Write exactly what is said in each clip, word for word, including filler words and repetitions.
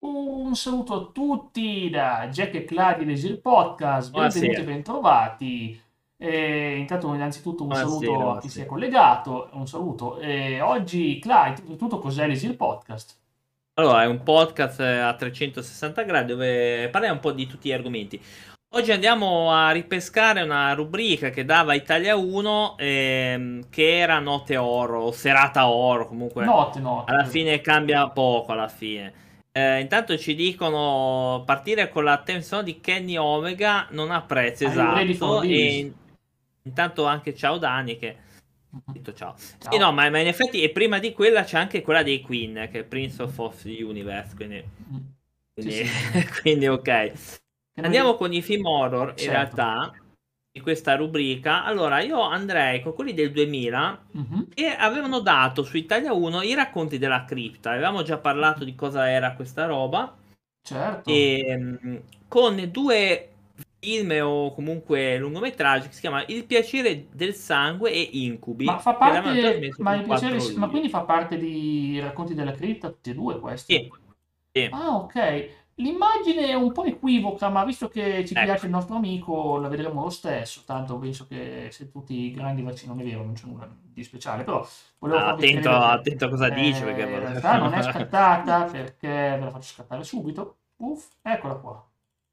Un saluto a tutti da Jack e Claudio di Leisure Podcast, benvenuti e Buonasera, bentrovati. E intanto innanzitutto un buonasera, saluto a chi si è buonasera. collegato, un saluto. E oggi, Claudio, tutto cos'è Leisure Podcast? Allora, è un podcast eh, a trecentosessanta gradi dove parliamo un po' di tutti gli argomenti. Oggi andiamo a ripescare una rubrica che dava Italia uno, ehm, che era Note Oro o Serata Oro, comunque Notte, notte, alla così. fine cambia poco alla fine. Eh, intanto ci dicono partire con la theme song di Kenny Omega, non ha prezzo Are you ready for esatto, this? e intanto anche ciao Dani che detto ciao. Sì, no, Ciao. ma, ma in effetti, e prima di quella c'è anche quella dei Queen, che è Prince of, of the Universe, quindi, Sì, quindi, sì. quindi ok. Che Andiamo noi... con i film horror, in Certo. realtà, di questa rubrica. Allora, io andrei con quelli del duemila, Mhm. che avevano dato su Italia uno i racconti della cripta. Avevamo già parlato di cosa era questa roba. Certo. E, mh, con due film o comunque lungometraggi che si chiama Il piacere del sangue e Ma Incubi, fa che l'avevano parte, trasmesso ma su il piacere, quattro ma luglio. quindi fa parte di Racconti della cripta, tutti e due questi? Sì, sì, Ah, ok. L'immagine è un po' equivoca, ma visto che ci ecco. piace il nostro amico, la vedremo lo stesso. Tanto penso che se tutti i grandi vaccini non è vero, non c'è nulla di speciale. Però volevo Ah, farvi attento, credere che attento a cosa dice, perché... eh, in realtà non è scattata perché ve la faccio scattare subito. Uff, eccola qua.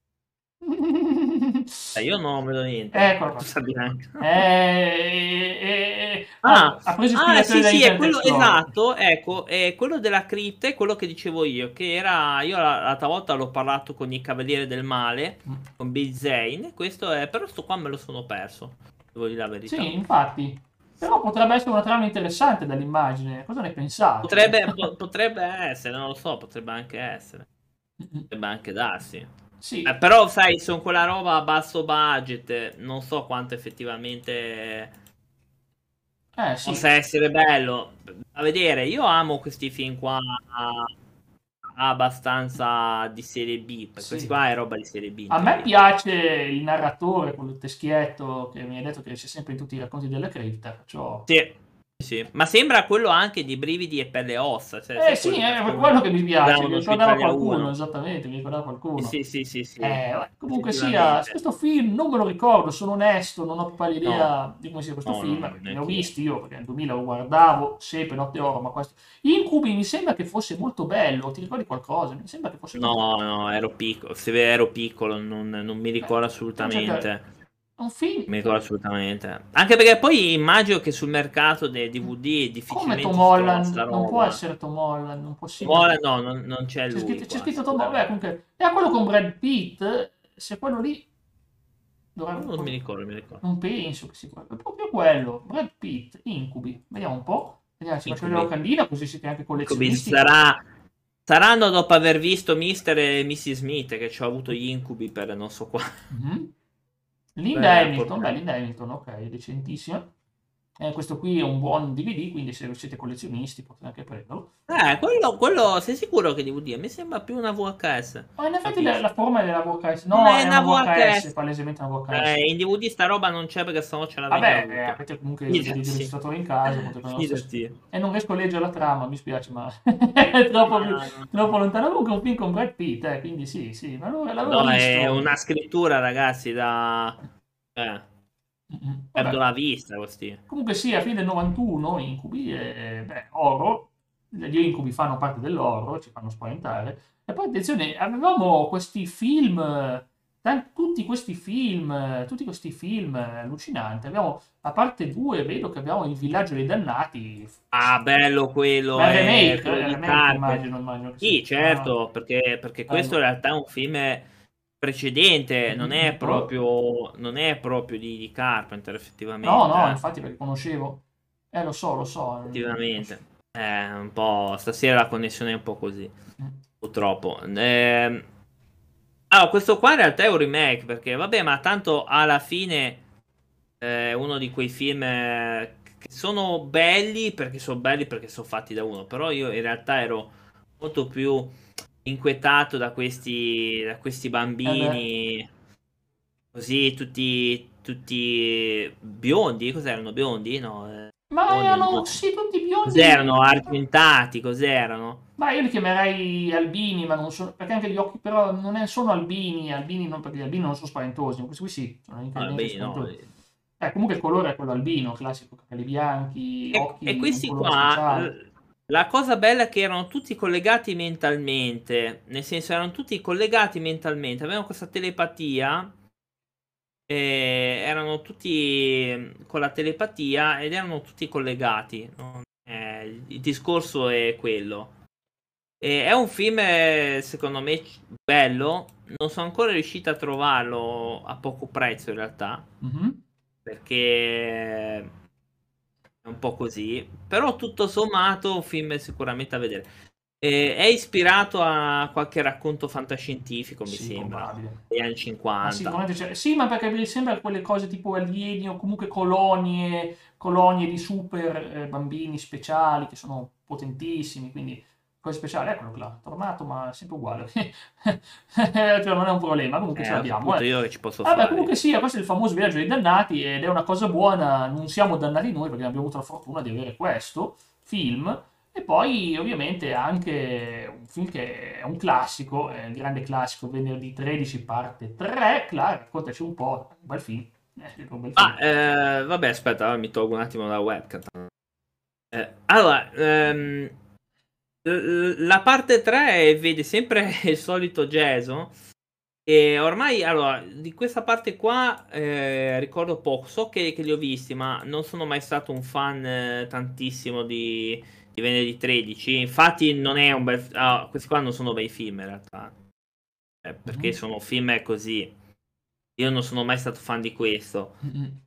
Eh, io non vedo niente. Eccola qua. Cosa bianca. Eh, eh, eh, Ah, ha, ha preso ah, ispirazione sì, da sì, è Internet quello Explorer. esatto, ecco, è quello della cripta, è quello che dicevo io, che era, io la- l'altra volta l'ho parlato con i Cavalieri del Male, Mm. con Bill Zane, questo è, però sto qua me lo sono perso, devo dire la Sì, verità. infatti. Però potrebbe essere una trama interessante dall'immagine. Cosa ne pensate? Potrebbe, po- potrebbe essere, non lo so, potrebbe anche essere, Mm-mm. potrebbe anche darsi. Eh, Sì, però, sai, sono quella roba a basso budget, non so quanto effettivamente eh possa sì, essere bello da vedere. Io amo questi film qua abbastanza di serie B, perché questi sì. qua è roba di serie B in A me teoria. piace il narratore, quello teschietto che mi hai detto che c'è sempre in tutti i racconti della cripta, perciò... Sì, sì, ma sembra quello anche di Brividi e Pelle e Ossa, cioè Eh sai sì, quel è per cartone quello che mi che piace, mi davano su ricordava Italia qualcuno, uno. esattamente, mi ricordava qualcuno. Sì, sì, sì, sì, sì, Eh, vabbè, comunque sia, effettivamente. questo film non me lo ricordo, sono onesto, non ho più pari No, idea di come sia questo no, no, film, no, perché ne ho neanch'io. visti io, perché nel duemila lo guardavo, sempre Notte Oro, ma questo... Incubi mi sembra che fosse molto bello, ti ricordi qualcosa? Mi sembra che fosse molto No, bello. no, ero piccolo, se ero piccolo, non, non mi Beh, ricordo devo cercare. assolutamente. È un film Mi ricordo assolutamente. Anche perché poi immagino che sul mercato dei D V D come Tom difficilmente si trova sta Holland, non può roba. essere Tom Holland, non possibile. Ora no, non, non c'è C'è lui scritto, c'è qua, scritto Tom Holland, beh, sicuramente. comunque, è quello con Brad Pitt, se quello lì Non, dovrebbe... non mi ricordo, mi ricordo. Non penso che sia quello, è proprio quello, Brad Pitt, Incubi, vediamo un po', vediamo, ci faccio vedere la Incubi. locandina così siete anche Incubi collezionisti. sarà... Saranno dopo aver visto mister e missus Smith che ci ho avuto gli incubi per non so qua. Mhm. Linda Beh, Hamilton, beh, porca. Linda Hamilton, ok, decentissima. Eh, questo qui è un buon D V D, quindi se siete collezionisti potete anche prenderlo. Eh, quello, quello, sei sicuro che D V D? Mi sembra più una V H S. Ma in effetti la, Capisci? la forma è della V H S, Ma no, è è una una V H S, V H S. palesemente una V H S. Eh, in D V D sta roba non c'è perché sennò ce l'avrei già Vabbè, eh, avuto. avete comunque il D V D Fidati. registratore in casa, potete prendere lo stesso. Fidati. E non riesco a leggere la trama, mi spiace, ma è troppo, più- Ma no, troppo lontano. Comunque è un film con Brad Pitt, eh, quindi sì, sì, ma l'avevo l'avevo no, è visto. una scrittura, ragazzi, da... Eh, Mm-mm. perdo Vabbè, la vista, questi. comunque sì, a fine del novantuno, Incubi, e, beh, horror, gli Incubi fanno parte dell'horror, ci fanno spaventare. E poi attenzione, avevamo questi film, tan- tutti questi film, tutti questi film eh, allucinanti. Abbiamo, a parte due, vedo che abbiamo Il villaggio dei dannati, Ah, bello quello, ma è il è remake, quello è il di remake Carpenter. immagino, immagino che sia. Sì, Ah, certo, perché, perché questo in bello. realtà è un film precedente, non Mm-mm. è Oh, proprio, non è proprio di, di Carpenter, no, effettivamente. no, eh. infatti perché conoscevo. Eh, lo so, lo so. mm, Effettivamente. È un po'... Stasera la connessione è un po' così, mm. purtroppo. Ehm, Allora, questo qua in realtà è un remake, perché vabbè, ma tanto alla fine è uno di quei film eh, che sono belli perché sono belli perché sono fatti da uno, però io in realtà ero molto più inquietato da questi, da questi Eh beh. bambini così, tutti, tutti biondi, cos'erano? Biondi? No, eh, Ma biondi erano no. sì, tutti biondi. Cos'erano? Argentati, cos'erano? Ma io li chiamerei albini, ma non sono, perché anche gli occhi però non è- sono albini, albini non, perché gli albini non sono spaventosi, questi qui sì, sono Ah, incredibilmente beh, no. spaventosi. Eh, comunque il colore è quello albino, classico, capelli bianchi, E, e occhi, un questi colore qua, speciale. l- la cosa bella è che erano tutti collegati mentalmente, nel senso erano tutti collegati mentalmente, avevano questa telepatia, e erano tutti mm, con la telepatia ed erano tutti collegati. No? Eh, il il discorso è quello. E è un film, eh, secondo me, c- bello. Non sono ancora riuscito a trovarlo a poco prezzo in realtà, Mhm. perché è un po' così, però tutto sommato un film sicuramente da vedere. Eh, è ispirato a qualche racconto fantascientifico, mi Sì, sembra, probabile. degli anni Ma cinquanta. sicuramente c'è. Sì, ma perché mi sembra quelle cose tipo alieni o comunque colonie, colonie di super eh, bambini speciali che sono potentissimi, quindi cose speciali. Eccolo là, tornato, ma è sempre uguale. Cioè, non è un problema, comunque Eh, ce a questo l'abbiamo. punto Eh. io che ci posso Vabbè, fare? comunque sia, questo è il famoso viaggio dei dannati ed è una cosa buona, non siamo dannati noi perché abbiamo avuto la fortuna di avere questo film. E poi ovviamente anche un film che è un classico, è il grande classico, Venerdì tredici parte tre. Clara, raccontaci un po', un bel film, eh, un bel Ah, film. eh, vabbè, aspetta, allora mi tolgo un attimo la webcam. Eh, allora, ehm, l- la parte tre vede sempre il solito Jason. E ormai, allora, di questa parte qua eh, ricordo poco. So che, che li ho visti, ma non sono mai stato un fan eh, tantissimo di, di Venerdì tredici. Infatti, non è un bel. Ah, questi qua non sono bei film in realtà. Eh, perché Mhm. sono film così. Io non sono mai stato fan di questo. Mhm.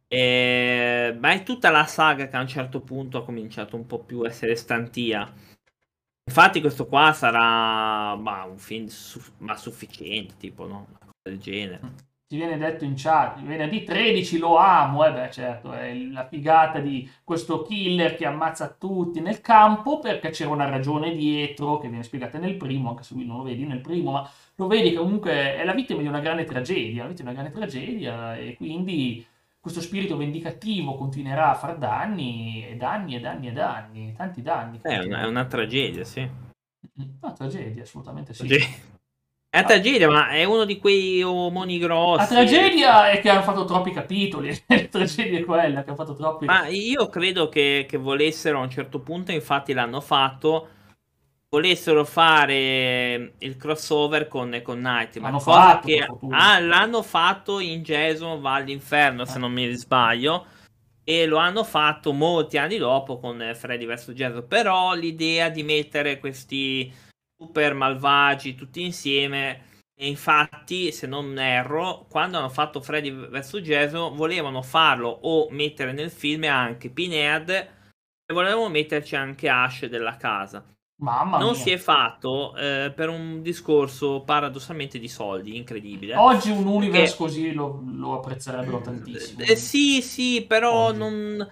Eh, ma è tutta la saga che a un certo punto ha cominciato un po' più a essere stantia. Infatti, questo qua sarà bah, un film su- ma sufficiente, tipo, no? Una cosa del genere. Ti viene detto in chat, venerdì tredici lo amo, e beh certo, è la figata di questo killer che ammazza tutti nel campo perché c'era una ragione dietro che viene spiegata nel primo, anche se lui non lo vedi nel primo, ma lo vedi che comunque è la vittima di una grande tragedia, la vittima di una grande tragedia e quindi questo spirito vendicativo continuerà a far danni e danni e danni e danni, tanti danni Eh, È una, è continuano. una tragedia, sì. Una tragedia, assolutamente sì. Trage- È una Ah, tragedia, ma è uno di quei omoni la grossi. tragedia è che hanno fatto troppi capitoli, la tragedia è quella che hanno fatto troppi. Ma io credo che, che volessero a un certo punto, infatti l'hanno fatto, volessero fare il crossover con, con L'hanno Nightmare, cosa fatto, per che fortuna. ah, l'hanno fatto in Jason va all'inferno, se Eh. non mi sbaglio, e lo hanno fatto molti anni dopo con eh, Freddy vs. Jason, però l'idea di mettere questi super malvagi tutti insieme, e infatti, se non erro, quando hanno fatto Freddy vs. Jason volevano farlo o mettere nel film anche Pinhead e volevano metterci anche Ash della casa. Mamma Non si mia. è fatto eh, per un discorso paradossalmente di soldi, incredibile. Oggi un universe Perché così lo, lo apprezzerebbero mm, tantissimo. eh, sì, sì, però Oggi. non.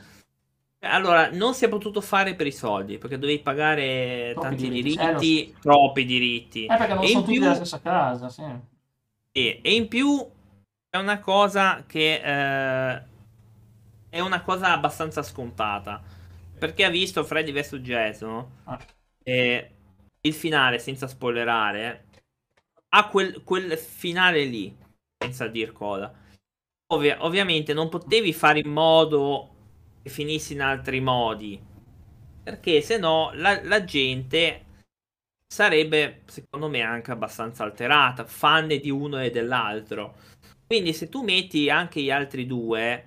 Allora, non si è potuto fare per i soldi, perché dovevi pagare Troppi tanti diritti. Eh, lo so. diritti, troppi diritti. Eh, perché non E sono in tutti della più, stessa casa, sì. e, e in più è una cosa che eh, è una cosa abbastanza scontata. Perché ha visto Freddy vs. Jason Ah. e il finale, senza spoilerare, ha quel, quel finale lì, senza dir cosa. Ovvia- ovviamente non potevi fare in modo che finisse in altri modi, perché se no la, la gente sarebbe, secondo me, anche abbastanza alterata, fan di uno e dell'altro. Quindi se tu metti anche gli altri due,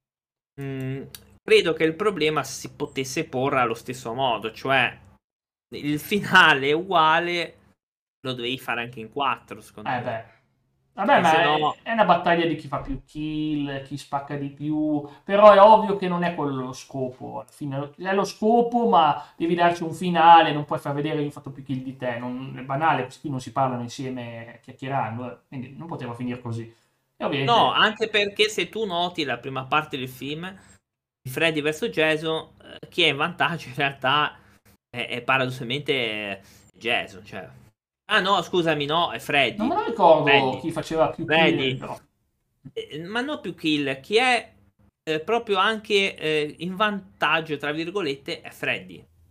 mh, credo che il problema si potesse porre allo stesso modo, cioè il finale è uguale, lo dovevi fare anche in quattro, secondo Eh me. beh. Vabbè, Perché se ma no. è, è una battaglia di chi fa più kill, chi spacca di più, però è ovvio che non è quello lo scopo. Alla fine è lo scopo, ma devi darci un finale, non puoi far vedere che io ho fatto più kill di te. Non- è banale, questi qui non si parlano insieme chiacchierando, eh, quindi non poteva finire così. E No, ovviamente, anche perché se tu noti la prima parte del film, di Freddy vs. Jason, eh, chi è in vantaggio in realtà è, è paradossalmente Jason, cioè. Ah no, scusami, no, è non me Freddy. lo ricordo Freddy. chi faceva più kill, Freddy. però. Eh, ma non più kill, chi è eh, proprio anche eh, in vantaggio, tra virgolette, è Freddy.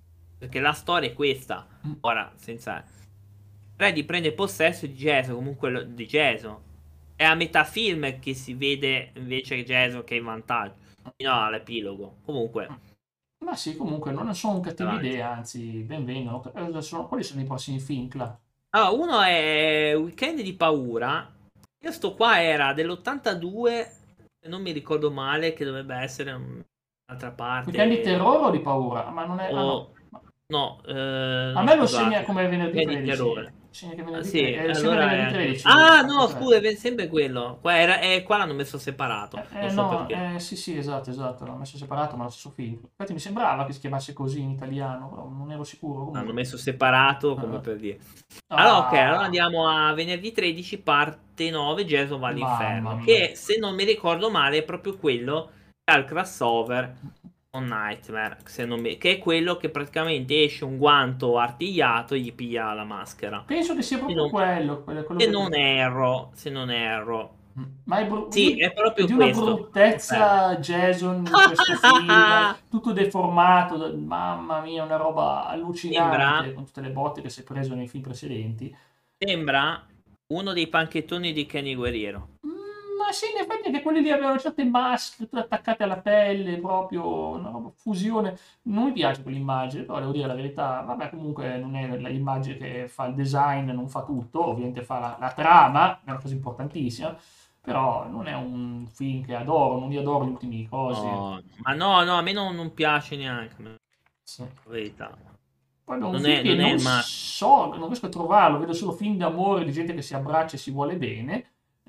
perché la storia è questa. Mm. Ora, senza... Freddy prende possesso di Jason, comunque lo- di Jason. È a metà film che si vede invece Jason che è in vantaggio. Fino all'epilogo. Comunque, Ma sì, comunque non sono cattive avanti. idee, anzi, benvengano. Eh, sono- quali sono i prossimi film, Cla? Allora, uno è Weekend di paura. Questo qua era dell'ottantadue, se non mi ricordo male, che dovrebbe essere un'altra Weekend di parte. terrore o di paura? Ma non è... Ah no. O no, eh, A no, me lo segna scusate. come venerdì Weekend di tredici. terrore. Segna che Ah, venerdì sì, tredici. È sempre allora è venerdì anche... tredici, Ah, parte no, tre. scusa, è sempre quello. Qua, era... eh, qua l'hanno messo separato. Eh, eh, Non so no, perché. eh, sì, sì, esatto, esatto. L'ho messo separato, ma lo stesso film. Infatti mi sembrava che si chiamasse così in italiano, però non ero sicuro L'hanno comunque. messo separato come Ah, per dire. Allora, ok, allora ah, andiamo a venerdì tredici, parte nove, Jason va mamma all'inferno. mia. Che se non mi ricordo male è proprio quello che ha il crossover con Nightmare. Se non mi- Che è quello che praticamente esce un guanto artigliato e gli piglia la maschera. Penso che sia Se proprio non, quello, quello, quello se che... non erro, se non erro. Mm. Ma è, bru- Sì, lui è è proprio di una questo. Confermo. bruttezza Jason in questo film, tutto deformato, da- mamma mia, una roba Sembra, allucinante con tutte le botte che si è preso nei film precedenti. sembra uno dei panchettoni di Kenny Guerriero. Mm, ma sì, in effetti anche quelli lì avevano certe maschere tutte attaccate alla pelle, proprio una roba fusione. Non mi piace quell'immagine, però devo dire la verità, vabbè, comunque non è l'immagine che fa il design, non fa tutto, ovviamente fa la, la trama, è una cosa importantissima, però non è un film che adoro, non li adoro gli ultimi cosi. No, ma no, no, a me non, non piace neanche. La Sì. verità. Poi abbiamo un Non film è, che non è non il massimo. so, non riesco a trovarlo, vedo solo film d'amore di gente che si abbraccia e si vuole bene.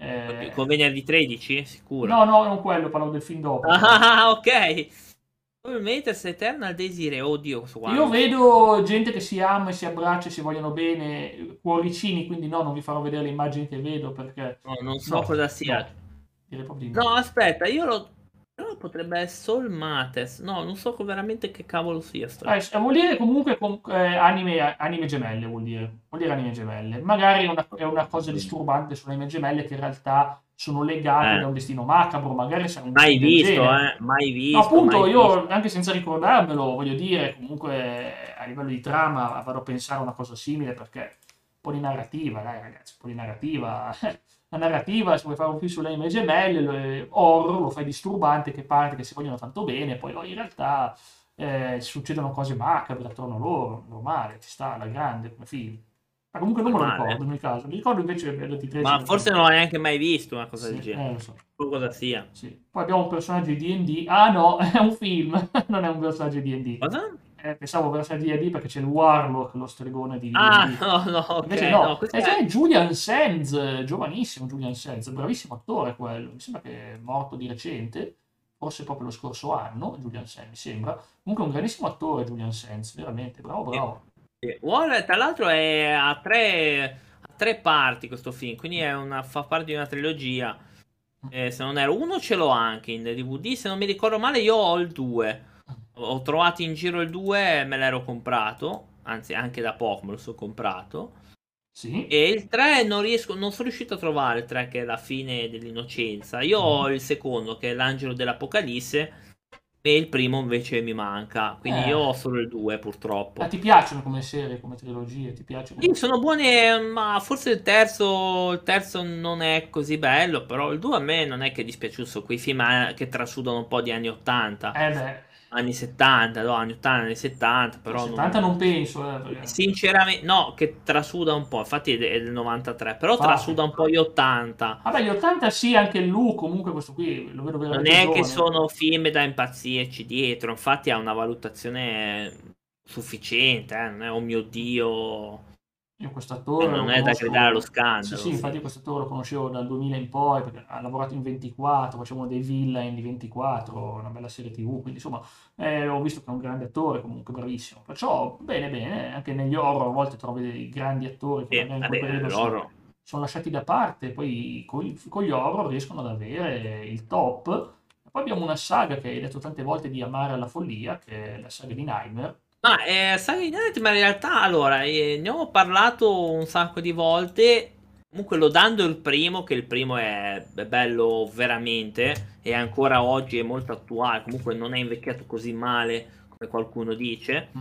Con Eh, venerdì tredici? Sicuro. no, no, non quello, parlo del film dopo, però. Ah, ok. Probabilmente Eternal Desire. Oddio, questo qua Io non so. vedo gente che si ama e si abbraccia e si vogliono bene, cuoricini, quindi no, non vi farò vedere le immagini che vedo perché No, non so no, cosa sia. no, direi proprio di No, no. aspetta, io lo. Però potrebbe essere Soul Mates. No, non so co- veramente che cavolo sia sta. Eh, s- vuol dire comunque con- eh, anime, anime gemelle, vuol dire. Vuol dire anime gemelle. Magari è una, è una cosa disturbante sulle anime gemelle che in realtà sono legate Eh, da un destino macabro, magari sarà un mai film del visto, genere. eh. Mai No, visto, appunto, mai visto. io anche senza ricordarmelo, voglio dire, comunque a livello di trama vado a pensare a una cosa simile perché un po' di narrativa, dai ragazzi, un po' di narrativa. La narrativa, se vuoi fare un film sulle anime gemelle, lo- eh, horror, lo fai disturbante, che parte che si vogliono tanto bene, poi oh, in realtà eh, succedono cose macabre attorno a loro, normale, ci sta, alla grande, come film. Ma comunque non me lo Normale. ricordo nel caso, mi ricordo invece il ventitré, Ma forse non l'ho neanche mai visto una cosa sì, del genere. eh, lo so. Non so cosa sia. Sì. Poi abbiamo un personaggio di D and D. Ah no, è un film, non è un personaggio di D and D. Cosa? Eh, pensavo personaggio di D and D perché c'è il Warlock, lo stregone di Ah, D and D. no, no, ok. Invece No, no, e questo è. c'è Julian Sands, eh, giovanissimo Julian Sands, bravissimo attore quello. Mi sembra che è morto di recente, forse proprio lo scorso anno, Julian Sands, mi sembra. Comunque è un grandissimo attore Julian Sands, veramente, bravo, Sì, bravo. sì. War, tra l'altro, è a tre, a tre parti questo film, quindi è una, fa parte di una trilogia. Eh, se non ero uno, ce l'ho anche in D V D. Se non mi ricordo male, io ho il due. Ho trovato in giro il due, me l'ero comprato. Anzi, anche da poco me lo sono comprato. Sì? E il tre non riesco, non sono riuscito a trovare il tre che è la fine dell'innocenza. Io ho il secondo che è l'angelo dell'Apocalisse e il primo invece mi manca. Quindi Eh, io ho solo il due ah, purtroppo. ti piacciono come serie, come trilogie? Ti piace Sì, come... sono buone, ma forse il terzo, il terzo non è così bello, però il due a me non è che è dispiaciuto, sono quei film eh, che trasudano un po' di anni ottanta, Eh beh, anni settanta, no, anni ottanta, anni settanta, no, però settanta non... non penso, eh, perché... Sinceramente, no, che trasuda un po', infatti è de- è del novantatré, però Infatti. trasuda un po' gli ottanta. Vabbè, gli ottanta sì, anche il Lu, comunque questo qui lo vedo Non veramente è che giovane. sono film da impazzirci dietro, infatti ha una valutazione sufficiente, eh, non è, oh mio Dio, Io eh, quest'attore lo non è da gridare allo conosco, sì sì, scandalo, infatti sì. io quest'attore lo conoscevo dal duemila in poi, perché ha lavorato in ventiquattro, facevano dei villain di ventiquattro, una bella serie T V, quindi insomma, eh, ho visto che è un grande attore, comunque bravissimo. Perciò, bene, bene, anche negli horror a volte trovi dei grandi attori che Sì, magari in quel vabbè, periodo sono, loro. sono lasciati da parte, poi con, con gli horror riescono ad avere il top. E poi abbiamo una saga che hai detto tante volte di amare alla follia, che è la saga di Nightmare. Ma eh, Silent Night, ma in realtà allora eh, ne ho parlato un sacco di volte. Comunque lodando il primo, che il primo è, è bello veramente, e ancora oggi è molto attuale. Comunque non è invecchiato così male come qualcuno dice. Mm.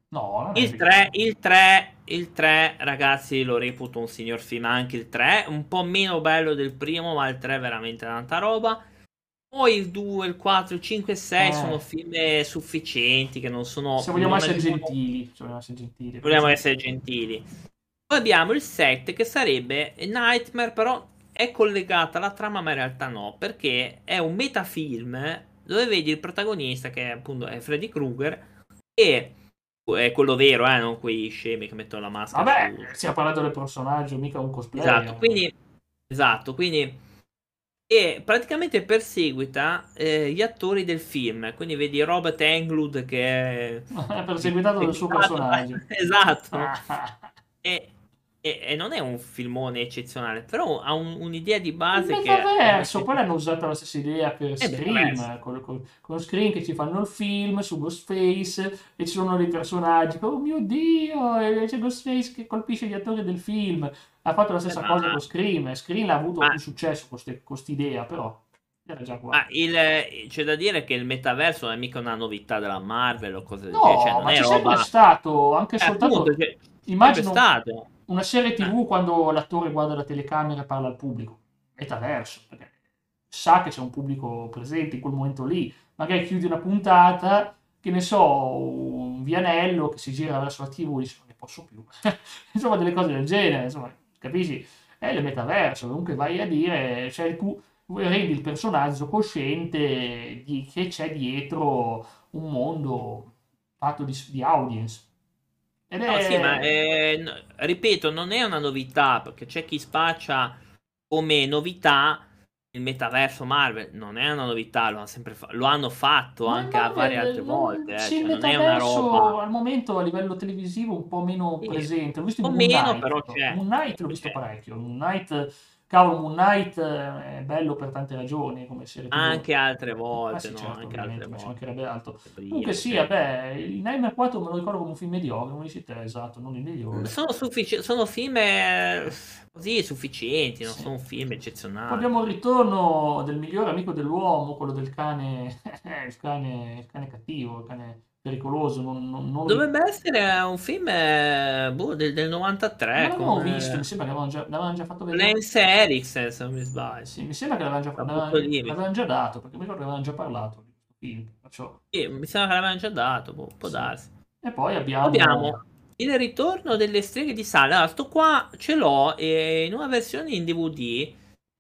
No, non è Il tre, vero. il tre, il tre, ragazzi, lo reputo un signor film, anche il tre, un po' meno bello del primo, ma il tre è veramente tanta roba. Poi il due, il quattro, il cinque e il sei sono Eh, film sufficienti, che non sono, se vogliamo non essere arrivano, gentili, se vogliamo essere gentili, perché vogliamo c'è... essere gentili. Poi abbiamo il sette, che sarebbe Nightmare, però è collegata alla trama, ma in realtà no, perché è un metafilm dove vedi il protagonista, che è appunto è Freddy Krueger, e è quello vero, eh, non quei scemi che mettono la maschera su. Vabbè, stiamo parlando del personaggio, mica un Esatto, cosplayer. quindi, esatto, quindi, e praticamente perseguita eh, gli attori del film, quindi vedi Robert Englund che è È perseguitato dal suo perseguitato da- personaggio. esatto, Ah, e, e- e non è un filmone eccezionale, però ha un- un'idea di il base che è metaverso, poi veramente. hanno usato la stessa idea per È metaverso. Scream, con, con, con Scream che ci fanno il film su Ghostface e ci sono dei personaggi, oh mio Dio, e c'è Ghostface che colpisce gli attori del film. Ha fatto la Eh, stessa ma, cosa con Scream, e Scream ha avuto ma- più successo con questa idea, però era già qua. ma il- c'è da dire che il metaverso non è mica una novità della Marvel o cose del genere, cioè No, non ma è c'è sempre roba. stato, anche Eh, appunto, soltanto, c'è sempre immagino stato. una serie Eh, T V quando l'attore guarda la telecamera e parla al pubblico. Metaverso, perché sa che c'è un pubblico presente in quel momento lì. Magari chiudi una puntata, che ne so, un vianello che si gira verso la T V e dice non ne posso più. Insomma, delle cose del genere, insomma, capisci? È il metaverso, comunque vai a dire, cioè tu rendi il personaggio cosciente di che c'è dietro un mondo fatto di, di audience. Ed no, sì, ma è... eh, n- ripeto, non è una novità, perché c'è chi spaccia come novità il metaverso Marvel. Non è una novità, lo, hanno sempre fa- lo hanno fatto Ma anche a varie altre Marvel, non- volte, eh, sì, il cioè non è una metaverso roba. al momento a livello televisivo un po' meno Sì, presente. L'ho visto in o Moon meno, Knight. però c'è. Moon Knight l'ho Però visto c'è. parecchio. Moon Knight, cavolo, Moon Knight eh, è bello per tante ragioni come serie T V. Anche altre Ma volte, sì, no? certo, Anche altre ovviamente, ma ci volte. mancherebbe altro. Comunque Prime, sì, cioè. vabbè, il Nightmare quattro me lo ricordo come un film mediocre, come dici te, esatto, non il migliore. Sono, suffici- sono film eh, così sufficienti, non Sì. sono film Poi eccezionali. abbiamo il ritorno del migliore amico dell'uomo, quello del cane, il cane, il cane cattivo, il cane pericoloso, non, non, non lo- Dovrebbe essere un film eh, boh, del, del non novantatré l'avevamo con visto, mi eh, sembra che l'avevano già, l'avevano già fatto vedere. Lance Eriksen, se non mi sbaglio. Sì, mi sembra che l'avevano già, La butto l'avevano- lì. mi- l'avevano già dato, perché mi ricordo che avevano già parlato di questo film, perciò, sì, mi sembra che l'avevano già dato, boh, può sì. darsi. E poi abbiamo... Abbiamo il ritorno delle streghe di sale. Allora, sto qua ce l'ho eh, in una versione in D V D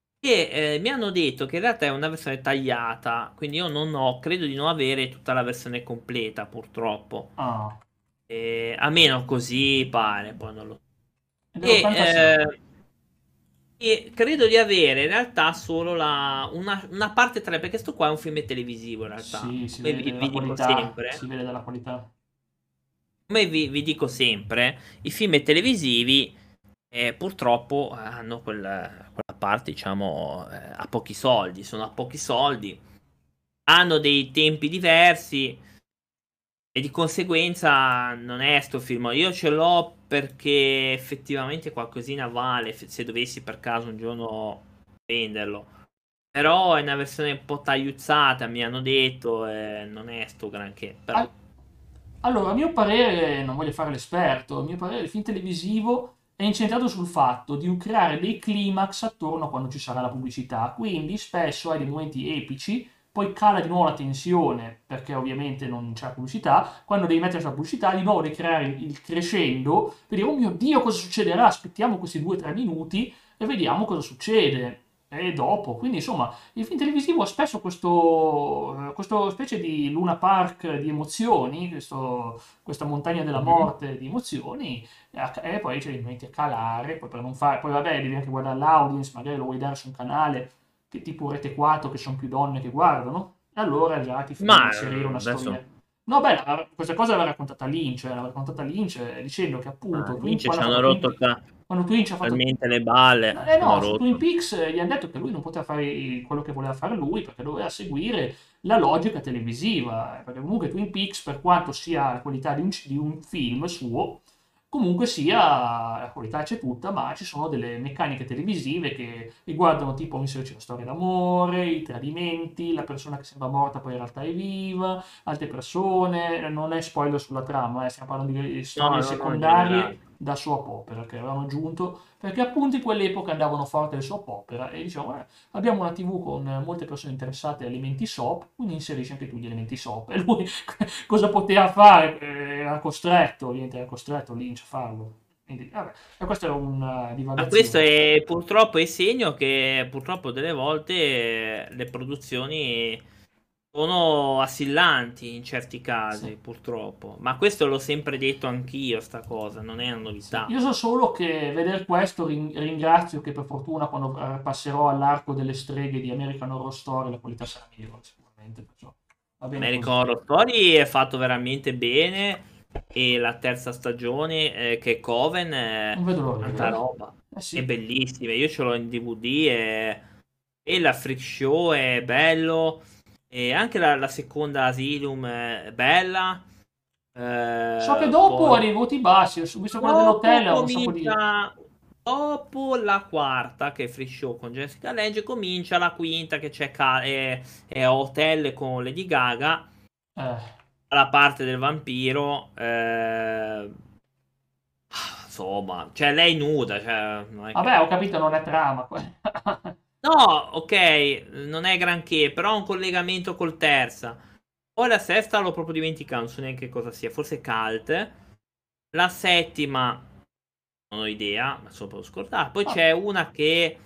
che eh, mi hanno detto che in realtà è una versione tagliata, quindi io non ho, credo di non avere tutta la versione completa, purtroppo. Ah, Eh, a meno così pare, poi non lo so. è E, dell'ottantasei. eh, e credo di avere in realtà solo la, una, una parte tre, perché sto qua è un film televisivo in realtà. Sì, si Come vi, vede la vi dico qualità, si sempre, vede dalla qualità. come vi, vi dico sempre, i film televisivi eh, purtroppo hanno quel- quella parte, diciamo, eh, a pochi soldi, sono a pochi soldi, hanno dei tempi diversi. E di conseguenza non è sto film. Io ce l'ho perché effettivamente qualcosina vale se se dovessi per caso un giorno venderlo. Però è una versione un po' tagliuzzata, mi hanno detto, e non è sto granché. Però. Al- Allora, a mio parere, non voglio fare l'esperto, a mio parere il film televisivo è incentrato sul fatto di creare dei climax attorno a quando ci sarà la pubblicità, quindi spesso hai dei momenti epici, poi cala di nuovo la tensione, perché ovviamente non c'è la pubblicità, quando devi mettere la pubblicità, di nuovo devi creare il crescendo, per dire, oh mio Dio, cosa succederà? Aspettiamo questi due tre minuti e vediamo cosa succede. E dopo, quindi insomma, il film televisivo ha spesso questo, questo specie di Luna Park di emozioni, questo- questa montagna della Mhm. morte di emozioni, e a- e poi ce li metti a calare, poi per non fare, poi vabbè, devi anche guardare l'audience, magari lo vuoi dare su un canale che tipo Rete quattro, che sono più donne che guardano, e allora già ti fai Ma inserire eh, una adesso storia. No, beh, la- questa cosa l'aveva raccontata Lynch, eh, l'aveva raccontata Lynch eh, dicendo che ah, appunto Twin, Lynch ci quando ha hanno fatto Twin rotto Peaks, ta- quando Twitch ha fatto... talmente le balle, Eh ci hanno no, su Twin rotto. Peaks eh, gli hanno detto che lui non poteva fare i- quello che voleva fare lui perché doveva seguire la logica televisiva. eh, Perché comunque Twin Peaks, per quanto sia la qualità di un, di un film suo, Comunque sia, la qualità c'è tutta, ma ci sono delle meccaniche televisive che riguardano tipo, mi se c'è la storia d'amore, i tradimenti, la persona che sembra morta poi in realtà è viva, altre persone, non è spoiler sulla trama, eh, stiamo parlando di No, storie no, no, in generale. secondarie da soap opera che avevano aggiunto, perché appunto in quell'epoca andavano forte le soap opera e diciamo, eh, abbiamo una T V con molte persone interessate a elementi soap, quindi inserisci anche tu gli elementi soap. E lui cosa poteva fare? Eh, Era costretto, ovviamente era costretto Lynch a farlo. Quindi, vabbè, e questa è una Ma questo divagazione. è purtroppo il segno che purtroppo delle volte eh, le produzioni sono assillanti in certi Sì, casi, purtroppo. Ma questo l'ho sempre detto anch'io, sta cosa, non è una sì. novità. Io so solo che vedere questo rin- ringrazio che per fortuna quando eh, passerò all'arco delle streghe di American Horror Story la qualità sarà migliore sicuramente, perciò va bene American così. Horror Story è fatto veramente bene e la terza stagione, eh, che è Coven, Non è vedo l'ora di tanta vederla. roba. Eh È sì. bellissima. Io ce l'ho in D V D e, e la Freak Show è bello. E anche la, la seconda Asylum è bella. So che Eh, dopo ha poi dei voti bassi, ho visto quella dopo dell'hotel, ha un sacco di... comincia. Dopo la quarta, che è Free Show con Jessica Lange, comincia la quinta, che c'è Ca- è, è Hotel con Lady Gaga. Eh. La parte del vampiro, eh, insomma, cioè lei nuda, cioè, non è Vabbè, che. ho capito, non è trama. que- No, ok, non è granché, però ha un collegamento col terza. Poi la sesta l'ho proprio dimenticato, non so neanche cosa sia, forse Cult. La settima, non ho idea, ma sono proprio scordato. Poi Ah, c'è una che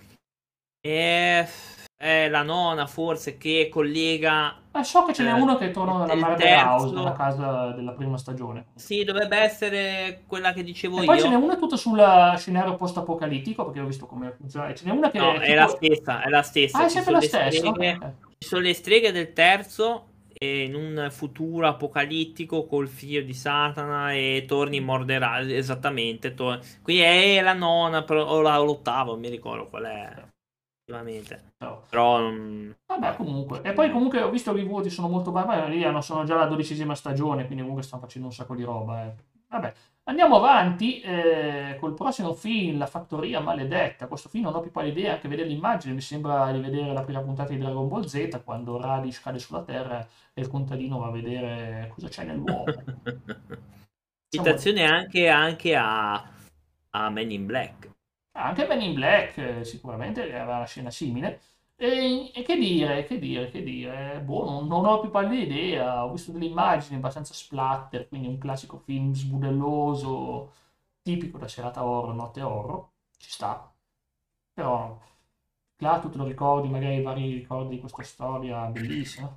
è, è la nona, forse, che collega eh, so che ce n'è eh, uno che torna il, nella il Murder House, nella terzo. casa della prima stagione. Sì, dovrebbe essere quella che dicevo E poi ce n'è io. una tutta sul scenario post-apocalittico, perché ho visto come funziona. E ce n'è una che No, è è la tipo... stessa, è la Ah, stessa. è Ci sempre sono la le stessa? Ok, streghe, ok. ci sono le streghe del terzo e in un futuro apocalittico col figlio di Satana e torni in morderà esattamente. tor- Quindi è la nona però- o la- o l'ottava, non mi ricordo qual è effettivamente. Ciao. Però non. Vabbè, comunque. E poi non- comunque ho visto che i voti sono molto bassi, lì hanno- sono già la dodicesima stagione, quindi comunque stanno facendo un sacco di roba. Eh. Vabbè, andiamo avanti eh, col prossimo film, La Fattoria Maledetta. Questo film non ho più pallida idea, anche vedere l'immagine mi sembra di vedere la prima puntata di Dragon Ball Z, quando Radish cade sulla Terra e il contadino va a vedere cosa c'è nell'uomo. Siamo... Citazione anche, anche a, a Men in Black. Anche Men in Black eh, sicuramente aveva una scena simile. E, e che dire, che dire, che dire, boh, non, non ho più pallida idea, ho visto delle immagini abbastanza splatter, quindi un classico film sbudelloso, tipico da serata horror, notte horror, ci sta, però là tu te lo ricordi, magari i vari ricordi di questa storia bellissima.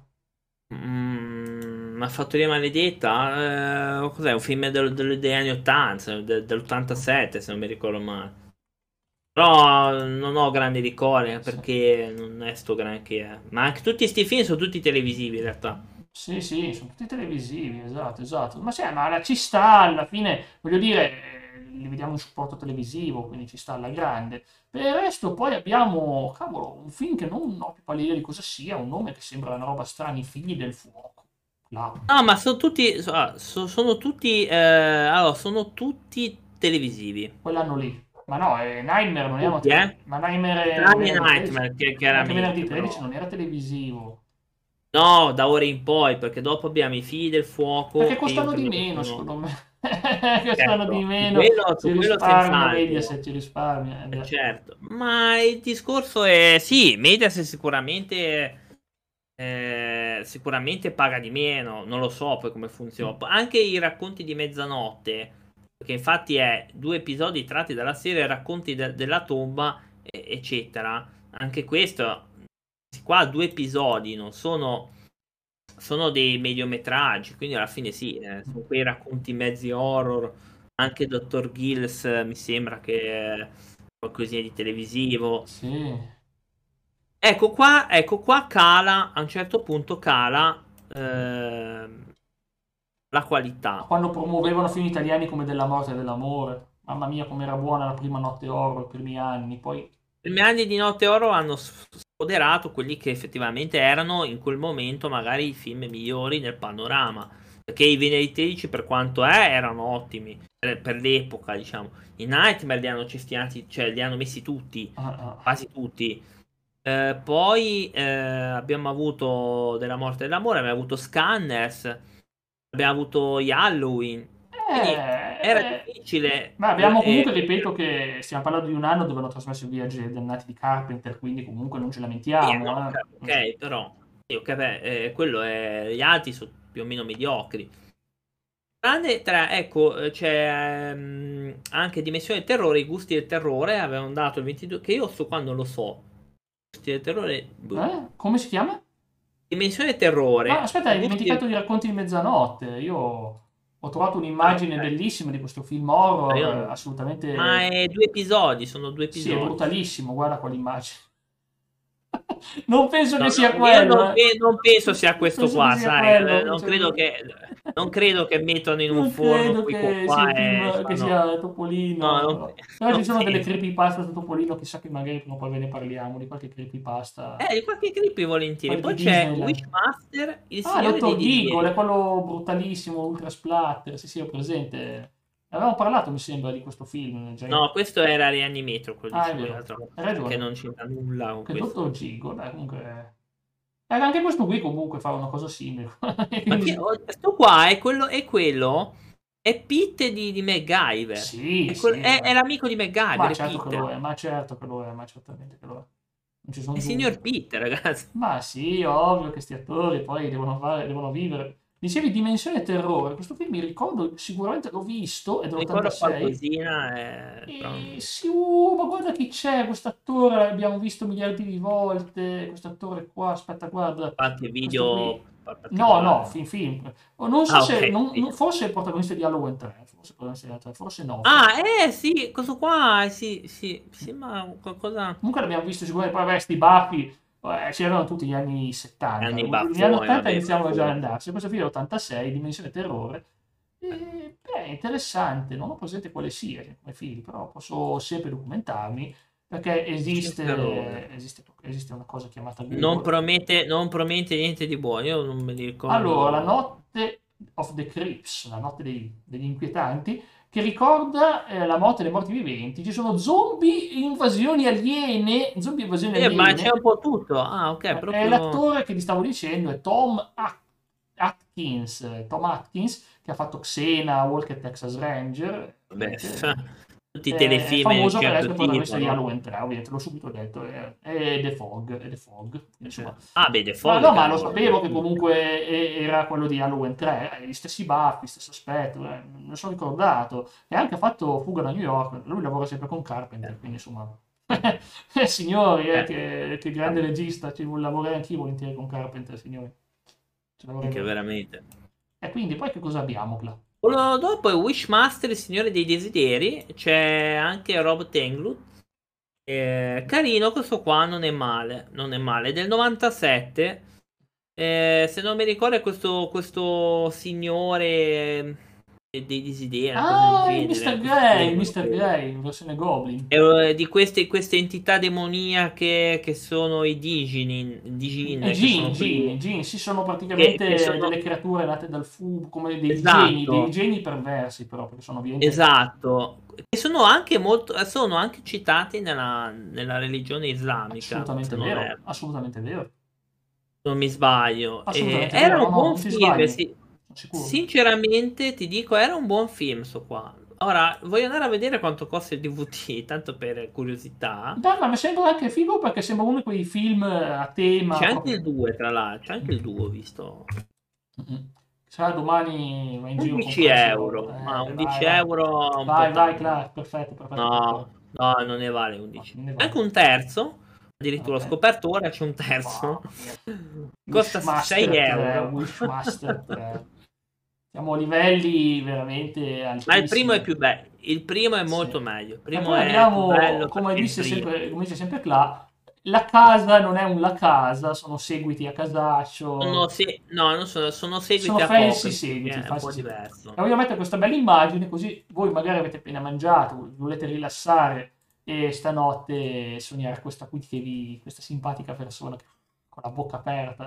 Mm, ma Fattoria Maledetta? Eh, cos'è? Un film del- del- degli anni ottanta, del- dell'ottantasette, se non mi ricordo male. Però non ho grandi ricordi Sì. perché non è sto granché. Ma anche tutti questi film sono tutti televisivi in realtà. Sì, sì, sono tutti televisivi, esatto, esatto. Ma, sì, ma la- ci sta, alla fine, voglio dire, eh, li vediamo in supporto televisivo, quindi ci sta alla grande. Per il resto poi abbiamo, cavolo, un film che non ho più pallida idea di cosa sia, un nome che sembra una roba strana, I Figli del Fuoco. Là, No, ma sono tutti. so- ah, so- sono tutti. eh, allora, sono tutti televisivi. quell'anno lì. Ma no, eh, Nightmare non erano Tutti, eh? televisivi. Ma Nightmare è Tranne venerdì tredici. Nightmare, che- Ma anche venerdì chiaramente, tredici però. non era televisivo. No, da ora in poi, perché dopo abbiamo i Figli del Perché Fuoco, che io costano di credo che meno, sono. secondo me. Costano di Certo, su meno, quello, si su quello risparmia, senz'altro. Mediaset ci risparmia. eh, Eh, beh. certo, ma il discorso è sì, Mediaset sicuramente, eh, sicuramente paga di meno, non lo so poi come funziona. Anche i racconti di mezzanotte, che infatti è due episodi tratti dalla serie Racconti de- della tomba, e- eccetera. Anche questo, qua due episodi non sono, sono dei mediometraggi, quindi alla fine sì, eh, sono quei racconti mezzi horror. Anche dottor Gills, eh, mi sembra che è qualcosina di televisivo. Sì. Ecco qua, ecco qua cala, a un certo punto cala ehm, la qualità. Quando promuovevano film italiani come Della morte e dell'amore. Mamma mia, com'era buona la prima notte horror, i primi anni. Poi, I primi anni di Notte Oro hanno s- sfoderato quelli che effettivamente erano in quel momento magari i film migliori nel panorama. Perché i venerdì tredici, per quanto è, erano ottimi per, per l'epoca, diciamo. I Nightmare li hanno cestinati, cioè li hanno messi tutti, Ah, ah. quasi tutti. Eh, poi eh, abbiamo avuto Della morte e dell'amore, abbiamo avuto Scanners, abbiamo avuto gli Halloween. Quindi era Eh, eh, difficile. ma eh, abbiamo eh, comunque, ripeto, che stiamo parlando di un anno dove hanno trasmesso i viaggi dei dannati di Carpenter, quindi comunque non ci sì, lamentiamo. no, Eh. ok, ok, però sì, ok, beh, eh, quello è, gli altri sono più o meno mediocri. Tranne tra, ecco, eh, c'è ehm, anche Dimensione del Terrore, i gusti del terrore, avevano dato il ventidue, che io sto qua non lo so. Gusti del terrore, boh. Eh? Come si chiama? Dimensione del No, Terrore, aspetta, i hai gusti del... dimenticato i racconti di mezzanotte. Io ho trovato Ah, un'immagine ok. bellissima di questo film Ah, io horror, eh, non- Ma assolutamente. è due episodi, sono due Sì, è episodi. brutalissimo, guarda quell'immagine. Non penso No, che sia no, io non, quello, eh. pe- non penso sia Non questo penso che qua, sia sai, eh, quello. non Cioè, credo che, non credo che mettono in un non forno credo qui co- che sia qua il e film, che fanno... sia No, non, Topolino. pe- Però ci non sono delle penso. creepypasta su Topolino, chissà che magari prima o poi ve ne parliamo, di qualche creepypasta, Eh, di qualche creepy volentieri. quelli di Poi c'è Disneyland. Wishmaster, il Ah, Signore dei Dottor Giggle, è Desideri. quello brutalissimo, ultra splatter. Sì, sì, ho presente. Avevamo parlato, mi sembra, di questo film. Già in- No, questo era Reanimator, quello Ah, è dicevo io vero, l'altra volta, hai che ragione. non c'entra nulla con Che questo. Dottor Giggle, dai, comunque. Eh, anche questo qui comunque fa una cosa simile. Ma Quindi che, sì. oh, sto qua è quello, è quello, è Pete di, di MacGyver. Sì, È, quel- sì, è- è ma, l'amico di ma MacGyver, è certo che lo Pete. è, ma certo che lo è, ma certamente che lo è. Non ci È sono il dubbi. signor Pete, ragazzi. Ma sì, ovvio che questi attori poi devono fare, devono vivere. Dicevi Dimensione Terrore, questo film mi ricordo, sicuramente l'ho visto, è Mi ricordo dell'ottantasei. qualcosina, eh, però E sì, uh, ma guarda chi c'è, quest'attore, l'abbiamo visto miliardi di volte, quest'attore qua, aspetta, guarda, qualche questo qui. video pa- No, no, particolare. film, film. Oh, non so Ah, se, ok. non- Sì. non- forse è il protagonista di Halloween tre, forse, il protagonista di Halloween tre, forse no, forse. Ah, eh, sì, questo qua, eh, sì, sì, sì, ma qualcosa... Comunque l'abbiamo visto sicuramente, poi vabbè, sti baffi, eh, c'erano tutti gli anni settanta, Anni negli anni baffoni, ottanta vabbè, iniziavano già ad baffoni. andarsi, questo film è ottantasei, Dimensione Terrore, e, beh, è interessante, non ho presente quale sia come film, però posso sempre documentarmi, perché Dimensione terrore. esiste, esiste, esiste una cosa chiamata Non Google. promette, non promette niente di buono, io non me li Allora, la ricordo. notte of the Creeps, la notte dei- degli inquietanti, che ricorda eh, la morte dei morti viventi. Ci sono zombie, invasioni aliene, zombie invasioni Eh, ma c'è aliene. un po' tutto. Ah, ok, E proprio... l'attore che vi stavo dicendo è Tom At- Atkins, eh, Tom Atkins, che ha fatto Xena, Walker Texas Ranger, Vabbè, ovviamente. tutti i È telefilm di un famoso per essere certo il protagonista tipo, di no? Halloween tre, ovviamente, l'ho subito detto, è, è The Fog, è The Fog, quindi, Cioè- insomma. Ah, beh, The Ma Fog, no, ma lo cavolo. sapevo che comunque e- era quello di Halloween tre, eh, gli stessi baffi, stesso aspetto, eh, me ne sono ricordato. E anche ha fatto Fuga da New York, lui lavora sempre con Eh, Carpenter, quindi insomma. Eh, signori, eh, eh, che, che grande cavolo, regista, ci lavorerei anch'io volentieri con Carpenter, signori. Ci lavorerei anche volentieri. veramente. E quindi poi che cosa abbiamo, Cla? Quello dopo è Wishmaster, il Signore dei Desideri. C'è anche Rob Tenglut. Eh, carino, questo qua non è male. Non è male. È del novantasette. Eh, se non mi ricordo, è questo, questo signore eh, dei desideri, una cosa del Ah, il genere. mister Questo Grey, il demone, mister credo. Grey, in versione Goblin. Eh, di queste, queste entità demoniache che sono i Diginin, E Digin, che Gin, sono Gin, quelli i Gin, sì, sono che, che praticamente sono delle creature nate dal fumo, come dei geni, dei esatto, geni perversi però, perché sono ovviamente esatto, che sono anche molto, sono anche citati nella, nella religione islamica, se assolutamente non vero, erro, assolutamente vero, non mi sbaglio. E assolutamente era vero, no, un no, buon non ti film, sbagli, sì. sono sicuro. Sinceramente ti dico, era un buon film sto qua. Ora, voglio andare a vedere quanto costa il D V D, tanto per curiosità. Dai, ma mi sembra anche figo perché sembra uno di quei film a tema C'è anche proprio. il due, tra l'altro, c'è anche il due, ho visto. Mm-mm. Sarà domani vai in giro a 11 comprare sta roba. euro, ma Eh, vai, 11 vai. euro un po' Vai, vai, tanto. Clark, perfetto, perfetto, perfetto. No, no, non ne vale No, undici. non ne Anche vale. un terzo, addirittura ho Ok. scoperto ora c'è un terzo. Mamma mia. Costa sei Wishmaster tre, euro. Wishmaster tre. Siamo a livelli veramente Ma il primo è altissimi. più bello. Il primo è Sì. molto meglio. Il E primo poi è più abbiamo, bello come perché è il dice primo. sempre, come dice sempre Cla, la casa non è un la casa, sono seguiti a Sono casaccio, se- No, non sono, sono sono seguiti falsi apocrifi, seguiti, che è un falsi po' seguiti. diverso. E voglio mettere questa bella immagine così voi magari avete appena mangiato, volete rilassare e stanotte sognare questa qui che vi, questa simpatica persona che- con la bocca aperta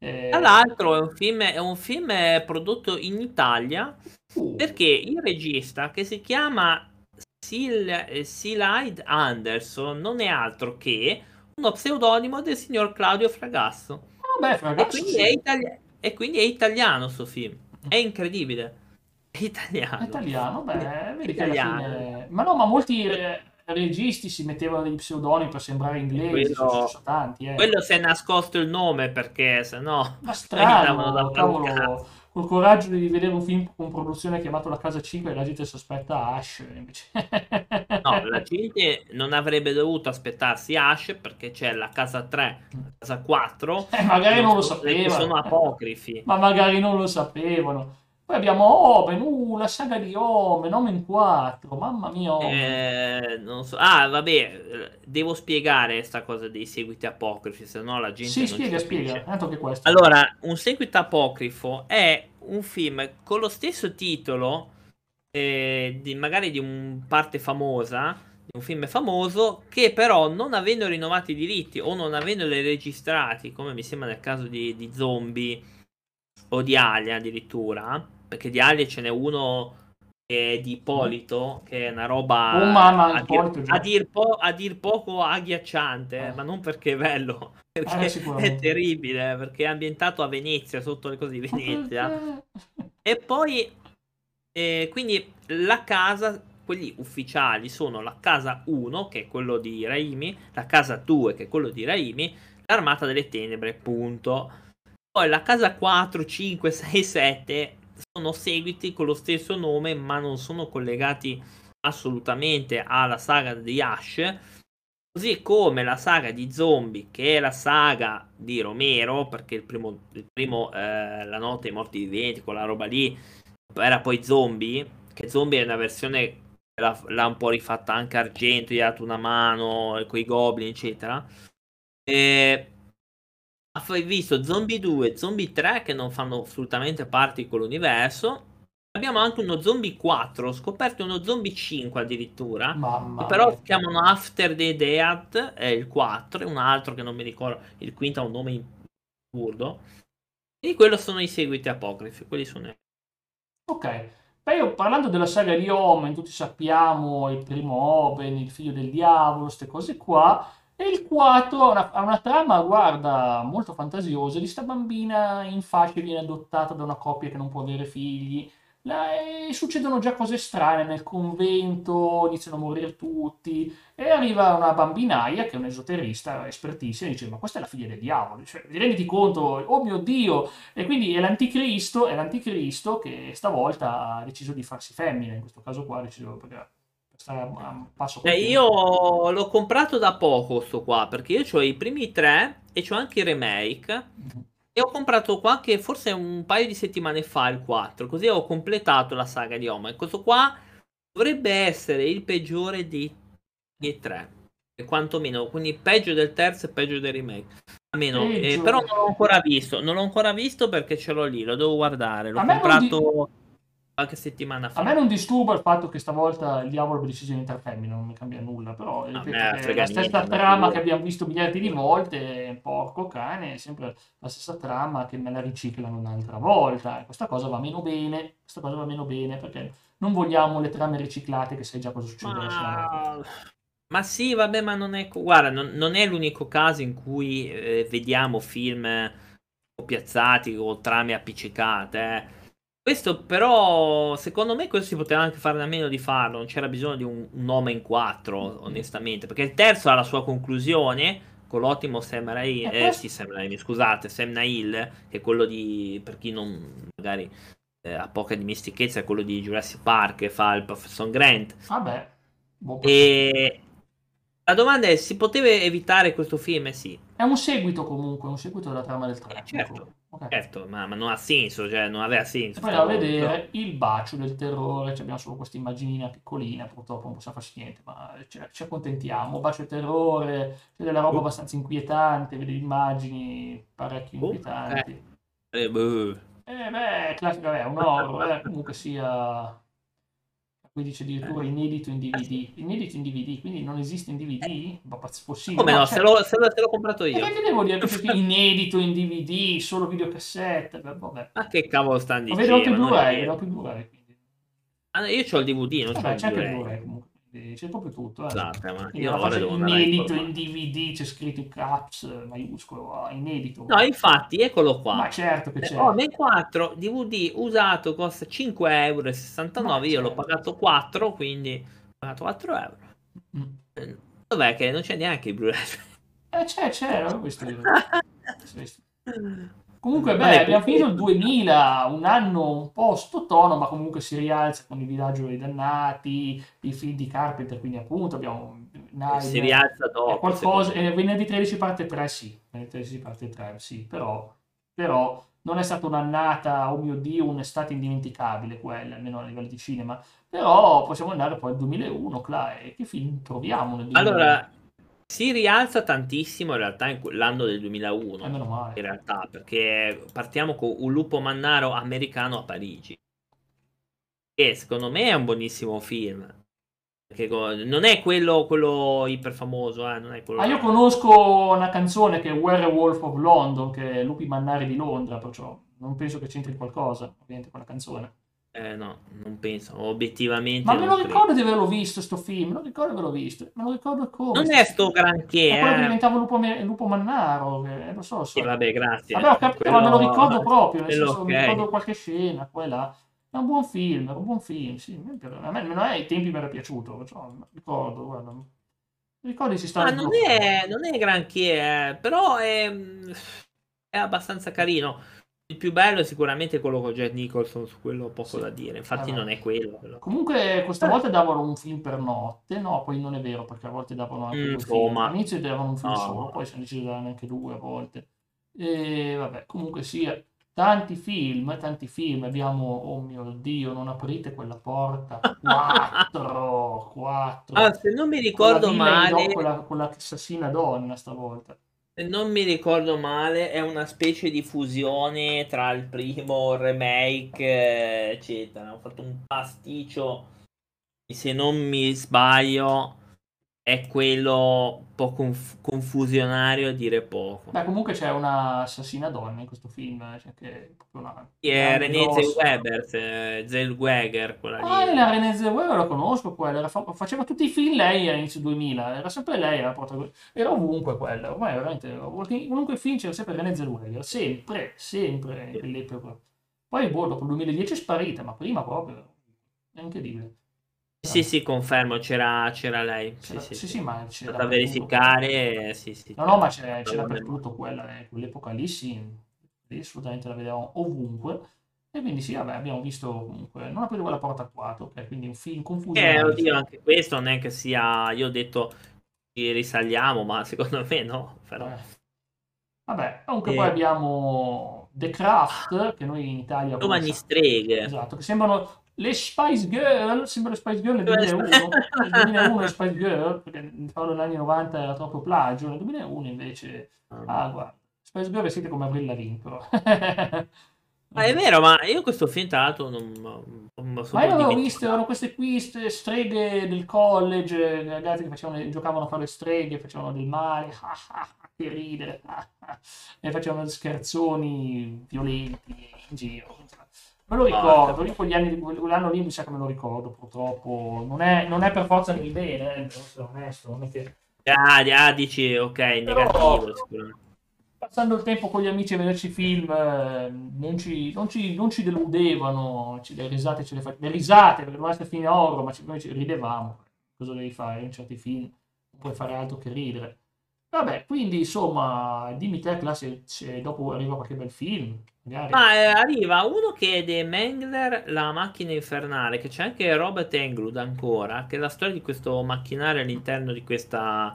Tra l'altro è un film, è un film eh, prodotto in Italia Uh, perché il regista, che si chiama Sil, eh, Silaid Anderson, non è altro che uno pseudonimo del signor Claudio Fragasso. vabbè, E ragazzo, quindi è, sì. itali- e quindi è italiano sto film. È incredibile. È È italiano. italiano, beh, È vedi che alla italiano. fine... Ma no, ma molti eh, registi si mettevano degli pseudonimi per sembrare E inglesi, sono quello, successo tanti, eh. quello si è nascosto il nome perché sennò Ma gli davano da strano, fare un cavolo, cazzo. col coraggio di vedere un film con produzione chiamato La Casa cinque e la gente sospetta Ash, invece... No, la gente non avrebbe dovuto aspettarsi Ash perché c'è la casa tre, la casa quattro, Eh, che, magari non non lo sono, che sono sapevano, apocrifi. ma magari non lo sapevano. Poi abbiamo Omen, uh, la saga di Omen, Omen quattro, mamma mia Omen. Eh, non so. Ah, vabbè, eh, devo spiegare sta cosa dei seguiti apocrifi, se no la gente Sì, non ci spiega, spiega, capisce. tanto che questo. Allora, un seguito apocrifo è un film con lo stesso titolo, eh, di- magari di un parte famosa, di un film famoso, che però non avendo rinnovato i diritti o non avendoli registrati, come mi sembra nel caso di, di Zombie o di Alien addirittura, perché di Alien ce n'è uno che è di Mm? Ippolito, che è una Oh roba mamma, a dir, Ippolito a già. dir po- a dir poco agghiacciante, Eh, ma non perché è bello, eh, perché è sicuramente. terribile, perché è ambientato a Venezia, sotto le cose di Ma Venezia. perché? E poi, eh, quindi la casa, quelli ufficiali sono la casa uno, che è quello di Raimi, la casa due, che è quello di Raimi, l'Armata delle Tenebre, punto. Poi la casa quattro, cinque, sei, sette sono seguiti con lo stesso nome, ma non sono collegati assolutamente alla saga di Ash. Così come la saga di Zombie, che è la saga di Romero, perché il primo, il primo eh, La notte dei morti viventi, quella roba lì, era poi Zombie, che Zombie è una versione, l'ha, l'ha un po' rifatta anche Argento, gli ha dato una mano, con i goblin, eccetera. E hai visto Zombie due, Zombie tre che non fanno assolutamente parte di quell'universo. Abbiamo anche uno Zombie quattro, ho scoperto uno Zombie cinque addirittura, che Mamma però mia. si chiamano After the Dead, è il quattro, e un altro che non mi ricordo, il quinto ha un nome assurdo. E di quello sono i seguiti apocrifi, quelli sono... Ok. Beh, io parlando della saga di Omen, tutti sappiamo il primo Omen, il figlio del diavolo, queste cose qua. E il quattro ha una, ha una trama, guarda, molto fantasiosa, di sta bambina in fasce viene adottata da una coppia che non può avere figli. La- e succedono già cose strane nel convento, iniziano a morire tutti. E arriva una bambinaia che è un esoterista espertissimo e dice: Ma questa è la figlia del diavolo. Cioè, ti renditi conto? Oh mio Dio! E quindi è l'anticristo, è l'anticristo che stavolta ha deciso di farsi femmina, in questo caso qua ha deciso perché per stare a, a un passo col Eh, tempo. io l'ho comprato da poco sto qua, perché io ho i primi tre e c'ho anche i remake. Mhm. E ho comprato qualche, forse un paio di settimane fa il quattro, così ho completato la saga di Omen. Questo qua dovrebbe essere il peggiore dei dei tre, e quantomeno, quindi peggio del terzo e peggio del remake. Almeno, eh, Peggio. però non l'ho ancora visto, non l'ho ancora visto perché ce l'ho lì, lo devo guardare. A L'ho me non, di- comprato qualche settimana a me fa. non disturba il fatto che stavolta il diavolo abbia deciso di entrare femmina, non mi cambia nulla, però A ripeto me che è la frega niente, stessa a me trama che figura. abbiamo visto miliardi di volte, porco cane, è sempre la stessa trama che me la riciclano un'altra volta. E questa cosa va meno bene, questa cosa va meno bene perché non vogliamo le trame riciclate che sai già cosa succederà sulla dopo. Ma... ma sì, vabbè, ma non è... Guarda, non, non è l'unico caso in cui eh, vediamo film piazzati o trame appiccicate. eh. Questo però, secondo me, questo si poteva anche fare a meno di farlo. Non c'era bisogno di un, un nome in quattro, onestamente. Perché il terzo ha la sua conclusione con l'ottimo Sam Raimi, E eh, questo sì, Sam Raimi, scusate, Sam Neill, che è quello di, per chi non magari eh, ha poca dimestichezza, è quello di Jurassic Park, che fa il professor Grant. vabbè, buon personaggio. E la domanda è: si poteva evitare questo film? Eh sì. È un seguito comunque, un seguito della trama del Eh, tre. Ecco, certo, ok. certo, ma, ma non ha senso, cioè non aveva E senso poi sta andiamo a roba, però. vedere il bacio del terrore, ci abbiamo solo questa immaginina piccolina, purtroppo non possiamo farci niente, ma ci, ci accontentiamo. Bacio del terrore, c'è della roba Uh, abbastanza inquietante, vedi immagini parecchio uh, eh, inquietanti. eh, boh. E beh, classico, vabbè, un horror, eh, comunque sia... Qui dice addirittura Eh. inedito in Ah, D V D. sì. Inedito in D V D, quindi non esiste in Eh, D V D? Ma pazz- possibile? come No, no? Se c'è. l'ho, se l'ho- se l'ho comprato E che io. ti devo dire? Qui c'è scritto inedito in D V D, solo videocassette. Beh, vabbè. Ma che cavolo stanno Ma vedo anche il dicendo? Non è Blu-ray, vedo vero. anche il Blu-ray, quindi. Ah, no, io ho il D V D, non c'ho Vabbè, il c'è anche il Blu-ray. Blu-ray comunque, quindi c'è proprio tutto, eh. Scusate, ma Quindi io alla ora faccia devo andare a inedito in informare. D V D c'è scritto in caps eh, maiuscolo, ah, inedito. No, Ma, infatti, eccolo ma qua. certo che Eh, Oh, c'è, M quattro D V D usato costa cinque euro e ma sessantanove. Io l'ho certo che pagato c'è. quattro, quindi ho pagato quattro euro. Mm. Eh, Dov'è che non c'è neanche il Blu-ray? Eh, c'è, c'è, l'avevo visto io. Sì, visto. Comunque, beh, Vabbè, abbiamo finito comunque, il duemila, un anno un po' sottotono, ma comunque si rialza con il villaggio dei dannati, i film di Carpenter, quindi appunto abbiamo si Nightmare, rialza è dopo, qualcosa, secondo eh, me. venerdì tredici parte tre sì, venerdì tredici parte tre sì, però, però non è stata un'annata, oh mio Dio, un'estate indimenticabile quella, almeno a livello di cinema, però possiamo andare poi al duemilauno, Cla, e che film troviamo nel duemilauno? Allora, si rialza tantissimo in realtà in que- l'anno del Eh, duemilauno, meno in male. realtà, perché partiamo con Un lupo mannaro americano a Parigi, che secondo me è un buonissimo film. Perché co- non è quello, quello iperfamoso, eh, non è quello Ah, io là. conosco una canzone che è Werewolf of London, che è Lupi Mannari di Londra, perciò non penso che c'entri qualcosa, ovviamente, con la canzone. Eh no, non penso, Ma obiettivamente me lo non ricordo credo. di averlo visto, sto film, me lo ricordo di averlo visto, me lo ricordo come, Non sto è film. sto granché, È quello che eh. diventava Lupo, Me- Lupo Mannaro, che, eh, lo so, lo Sì, so. vabbè, Vabbè, ho grazie. capito, ma me lo Quello, ricordo proprio, nel quello senso, mi ok. ricordo qualche scena, qua e là. È un buon film, è un buon film, sì. A me, almeno ai tempi mi era piaciuto, perciò, ricordo, guarda. Ricordi si sta Ma non sbloccando. è, non è granché, eh, però è, è abbastanza carino. Il più bello è sicuramente quello con Jack Nicholson, su quello ho poco Sì, da dire. eh Infatti beh. non è quello. Però. Comunque questa Eh, volta davano un film per notte, no, poi non è vero perché a volte davano anche due film. Insomma, All'inizio davano un film solo, no. poi si è deciso di darne anche due a volte. E vabbè, comunque sia, tanti film, tanti film. Abbiamo, oh mio Dio, non aprite quella porta. Quattro, Ah, quattro. se non mi Con la ricordo villa in male, do, con la, con l'assassina donna stavolta. se non mi ricordo male, è una specie di fusione tra il primo il remake, eh, eccetera. Hanno fatto un pasticcio. E se non mi sbaglio, è quello un po' conf- confusionario a dire poco. Beh, comunque c'è una assassina donna in questo film, eh, cioè che è proprio una Sì, è grande, René grossa. Zellweger, se- Zellweger, quella Ah, e lì. la Renée Zellweger la conosco quella, era fa- faceva tutti i film lei all'inizio duemila, era sempre lei la protagonista, era ovunque quella, ormai veramente, qualunque film c'era sempre Renée Zellweger, sempre, sempre in quell'epoca. Poi boh, dopo il duemiladieci è sparita, ma prima proprio, è incredibile. Sì, Vabbè, sì, confermo, c'era, c'era lei. Sì, c'era- sì, sì sì. sì, Sono ma c'è andato a dappertutto quella. verificare, eh, sì, sì, No, no, c'era. ma c'è c'è Avevo memoria. dappertutto quella, eh, quell'epoca lì sì, lì assolutamente la vedevamo ovunque. E quindi sì, vabbè, abbiamo visto comunque, non aprire quella porta qua, ok, quindi un film Eh, confusionario, oddio, sì. anche questo non è che sia. Io ho detto ci risaliamo, ma secondo me no, però. Eh. Vabbè, comunque poi Eh, abbiamo The Craft, che noi in Italia Giovani conosciamo, streghe. esatto, che sembrano le Spice Girl, sembrano le Spice Girl nel duemilauno, nel duemilauno le Spice Girl, perché Paolo negli anni novanta era troppo plagio, nel duemilauno invece, ah guarda, Spice Girl siete come Avril Lavigne però. Ah, è vero, ma io questo film tra l'altro non non- non me lo Ma sono io proprio avevo visto, erano dimenticato. queste qui, ste streghe del college, eh, ragazzi che facevano, giocavano a fare le streghe, facevano del male, ah, ah, ah, che ridere, ah, ah, e facevano scherzoni violenti in giro. Me lo Porca ricordo, io quegli anni, quell'anno lì mi sa che me lo ricordo, purtroppo. Non è, non è per forza nel bene, eh, devo essere onesto, non è che. Ah, di- ah, dici, ok, Però negativo sicuramente. passando il tempo con gli amici a vederci film, eh, non ci, non ci- non ci deludevano, ci- le risate ce le facevamo, le risate, perché non è film horror, ma ci- noi ci ridevamo. Cosa devi fare in certi film? Non puoi fare altro che ridere. Vabbè, quindi insomma, dimmi te, Cla, se, se dopo arriva qualche bel film, magari. Ma eh, arriva uno che è The Mangler, la macchina infernale, che c'è anche Robert Englund ancora, che è la storia di questo macchinario all'interno di questa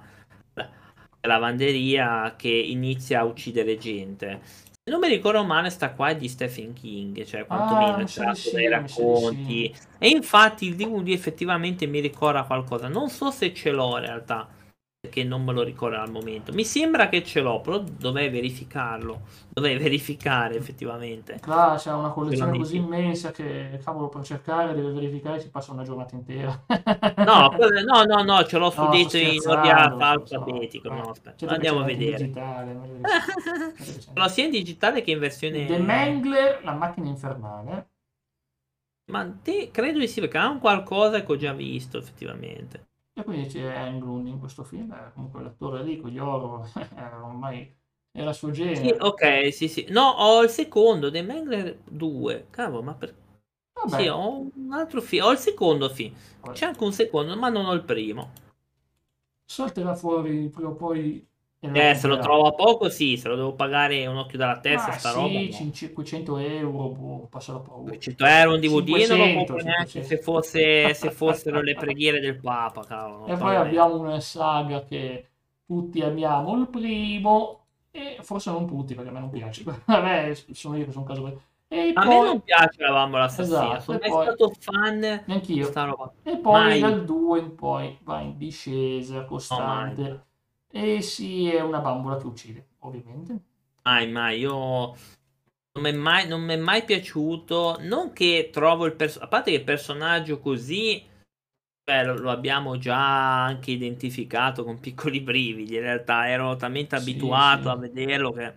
lavanderia che inizia a uccidere gente. Se non mi ricordo male, sta qua è di Stephen King, cioè Ah, quantomeno mi è sa di tratto dai sì, mi sa di sì. racconti. E infatti il D V D effettivamente mi ricorda qualcosa. Non so se ce l'ho in realtà. che non me lo ricordo al momento. Mi sembra che ce l'ho, però dovrei verificarlo. Dovrei verificare effettivamente. Qua c'è una Ce l'ho collezione nei così film. immensa che, cavolo, per cercare deve verificare ci passa una giornata intera. No, quelle- no, no, no, ce l'ho No, sto suddetti in ordine scherzando, so, so. alfabetico. Eh, No, aspetta, certo che ce andiamo a l'hai anche in vedere. digitale, meglio che sia. Meglio che sia. Ce l'ho sia in digitale che in The versione. Mangler, la macchina infernale. Ma te, credo di sì, perché ha un qualcosa che ho già visto, effettivamente. E quindi c'è Englund in questo film, eh, comunque l'attore lì con gli oro, eh, ormai era il suo Sì, genere. ok, sì, sì. No, ho il secondo, The Mangler due. Cavolo, ma per. Sì, Vabbè, ho un altro film. Ho il secondo film. C'è anche un secondo, ma non ho il primo. salterà fuori prima o poi e lo Eh, se lo comprerà. trovo a poco, sì. Se lo devo pagare un occhio dalla testa, Ma sta roba, sì, no. cin- cinquecento euro, boh, passa la paura. duecento euro un D V D non lo cinquecento, compro neanche cinquecento. se fosse, se fossero le preghiere del Papa, cavolo, non E poi pago neanche. abbiamo una saga che tutti amiamo, il primo, e forse non tutti perché a me non piace. Vabbè, sono io che sono caso. per- E A me poi, non piace la bambola assassina, esatto, sono e mai poi, stato fan di neanch'io. sta roba. E poi Mai, dal due in poi va in discesa no, mai, costante. E sì, è una bambola che uccide, ovviamente. mai, mai. Io non mi è mai, non mi è mai piaciuto. Non che trovo il personaggio, a parte che il personaggio così, beh, lo, lo abbiamo già anche identificato con piccoli brividi. In realtà ero talmente Sì, abituato sì. a vederlo che,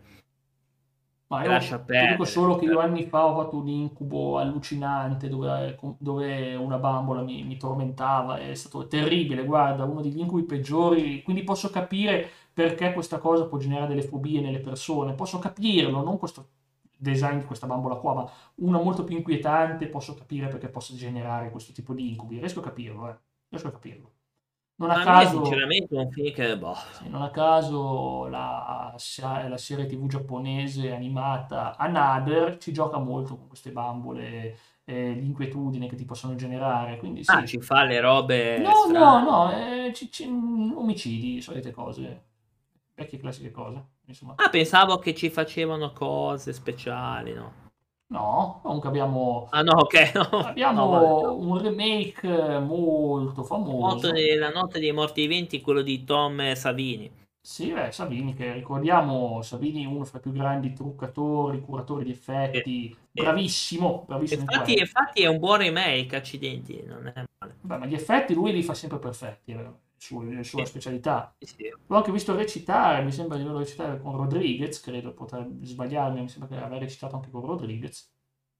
Ma che lascia io ti dico perdere. solo che io anni fa ho fatto un incubo allucinante dove, dove una bambola mi, mi tormentava, è stato terribile, guarda, uno degli incubi peggiori, quindi posso capire perché questa cosa può generare delle fobie nelle persone, posso capirlo, non questo design di questa bambola qua, ma una molto più inquietante, posso capire perché possa generare questo tipo di incubi, riesco a capirlo, eh, riesco a capirlo. Non a A me, caso sinceramente, è un film che, boh. sì, non a caso la, sa- la serie T V giapponese animata Another ci gioca molto con queste bambole, eh, l'inquietudine che ti possono generare. Quindi Ah, sì, ci fa le robe no, no, strane. no, eh, ci- ci- mm, omicidi, solite cose, vecchie classiche cose, insomma. Ah, pensavo che ci facevano cose speciali, no? No, comunque abbiamo, Ah, no, ok, no. No, vabbè. abbiamo un remake molto Notte famoso. de- La notte dei morti viventi, quello di Tom Savini. Sì, beh, Savini, che ricordiamo, Savini uno fra i più grandi truccatori, curatori di Sì, effetti, sì. bravissimo, bravissimo in Infatti, quello. infatti è un buon remake, accidenti, non è male. Beh, ma gli effetti lui li fa sempre perfetti, è la sua, la sua Sì, specialità. sì, sì. L'ho anche visto recitare, mi sembra di averlo recitare con Rodriguez, credo, potrei sbagliarmi, mi sembra che abbia recitato anche con Rodriguez.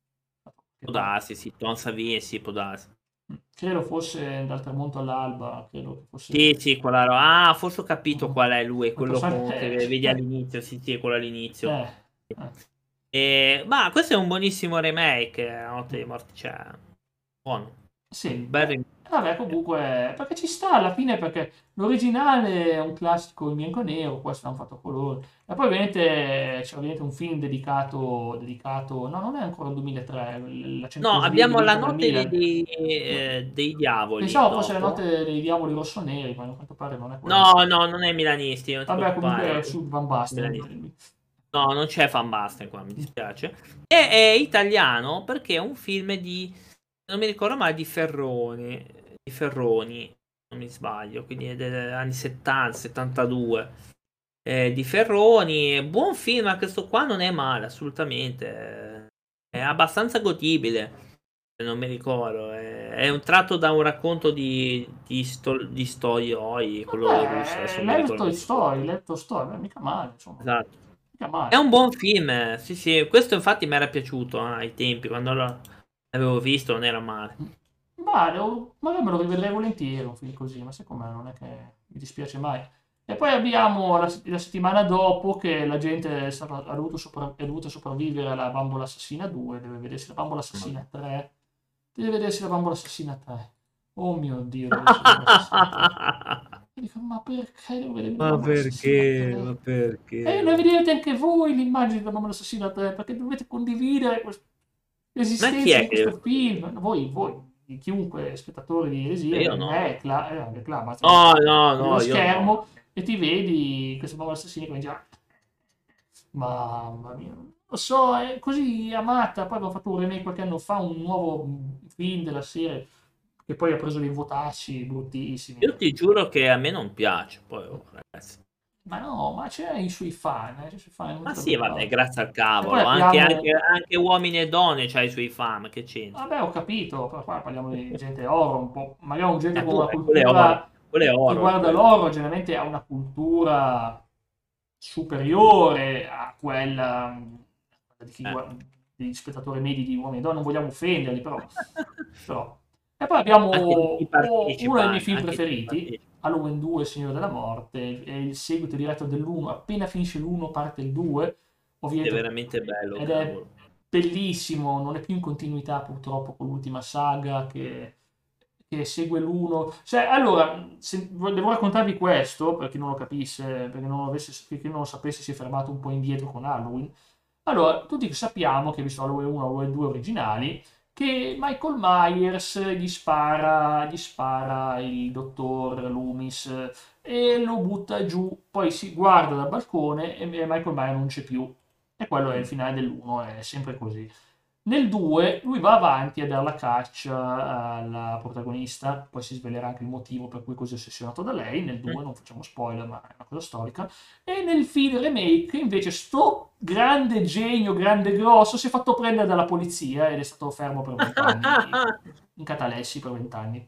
Che Può pare. darsi, sì, Tom Savini, sì, può darsi. Mm. Credo fosse dal tramonto all'alba, credo che Sì, fosse sì, quella roba. Ah, forse ho capito mm, qual è lui, quel quello con- che personaggio. vedi Eh, all'inizio, sì, sì, è quello all'inizio. eh, eh, E, ma questo è un buonissimo remake, eh, La notte mm. dei morti, cioè, buono. Sì, Un bel beh, remake. vabbè, comunque, perché ci sta alla fine, perché l'originale è un classico in bianco e nero, questo l'hanno fatto a colori. E poi ovviamente c'è ovviamente un film dedicato, dedicato, no, non è ancora il duemilatré, la No, centesima abbiamo La Inter del notte dei, Milan. dei, eh, dei diavoli Pensavo fosse la dopo. notte dei diavoli rossoneri, ma a quanto pare non è quello. No, no, non è milanisti, non ti Vabbè, comunque è preoccupare. su Van Non è Basten. milanisti. No, non c'è Fan Basten qua, mi dispiace. E è italiano perché è un film di, non mi ricordo mai, di Ferroni, di Ferroni, non mi sbaglio, quindi è degli anni settanta, settantadue. Eh, di Ferroni, buon film, ma questo qua non è male, assolutamente. È abbastanza godibile, se non mi ricordo. È, è un tratto da un racconto di, di, Sto- di Stoioi, quello russo, adesso Vabbè, non mi Lev ricordo. Tolstoi, Lev Tolstoi, beh, mica male, insomma, Esatto. mica È male. un buon film, eh. Sì, sì, questo infatti mi era piaciuto eh, ai tempi, quando lo- l'avevo visto non era male. Ma devo- magari me lo rivedrei volentieri un film così, ma sai com'è, non è che mi dispiace mai. E poi abbiamo la, la settimana dopo che la gente è stata- ha dovuto, sopra- è dovuta sopravvivere alla Bambola Assassina due, deve vedersi la Bambola Assassina tre, deve vedersi la Bambola Assassina tre. Oh mio Dio, deve vedersi la Bambola Assassina tre. E dico, ma perché devo vedere la Ma Bambola Assassina perché? Ma tre? E perché? non vedete anche voi l'immagine della Bambola Assassina tre, perché dovete condividere quest- Ma chi l'esistenza è di che deve questo condividere? film. Voi, voi, chiunque spettatore di Eresia, Io no. me, Cla, eh, anche Cla, basta che No, no, vedi lo no, io no. schermo e ti vedi questa Bambola Assassina che già... Mamma mia, lo so, è così amata. Poi abbiamo fatto un remake qualche anno fa, un nuovo film della serie che poi ha preso dei votacci bruttissimi. Io ti giuro che a me non piace. Poi, oh, ragazzi. Ma no, ma c'è i suoi fan, eh, i suoi fan, non Ma te lo sì, vabbè, ricordare. grazie al E poi cavolo. Anche, anche, abbiamo, anche uomini e donne c'ha i suoi fan. Che c'entra? vabbè, ho capito, però qua parliamo di gente oro, un po', magari un gente Eh, con tu, una eh, quello è oro. cultura, Quello è chi oro, guarda quello. l'oro generalmente ha una cultura superiore a quella, mm, di chi Eh. guarda, degli spettatori medi di uomini e donne, non vogliamo offenderli, però, però. E poi abbiamo Anche di chi oh, uno dei partecipa, miei film anche di chi preferiti, partecipa. Halloween due, Il Signore della Morte, è il seguito diretto dell'uno, appena finisce l'uno parte il due, È ovviamente, veramente bello, ed è cavolo. bellissimo, non è più in continuità purtroppo con l'ultima saga che, che segue l'uno. Cioè, allora, se- devo raccontarvi questo, per chi non lo capisse, perché non lo, avesse, per chi non lo sapesse si è fermato un po' indietro con Halloween. Allora, tutti sappiamo che, visto Halloween uno e Halloween due originali, che Michael Myers gli spara, gli spara il dottor Loomis e lo butta giù, poi si guarda dal balcone e Michael Myers non c'è più. E quello è il finale dell'uno, è sempre così. Nel due lui va avanti a dare la caccia alla protagonista, poi si svelerà anche il motivo per cui è così ossessionato da lei, nel Mm. due non facciamo spoiler ma è una cosa storica, e nel film remake invece sto grande genio, grande grosso, si è fatto prendere dalla polizia ed è stato fermo per vent'anni, in catalessi per vent'anni.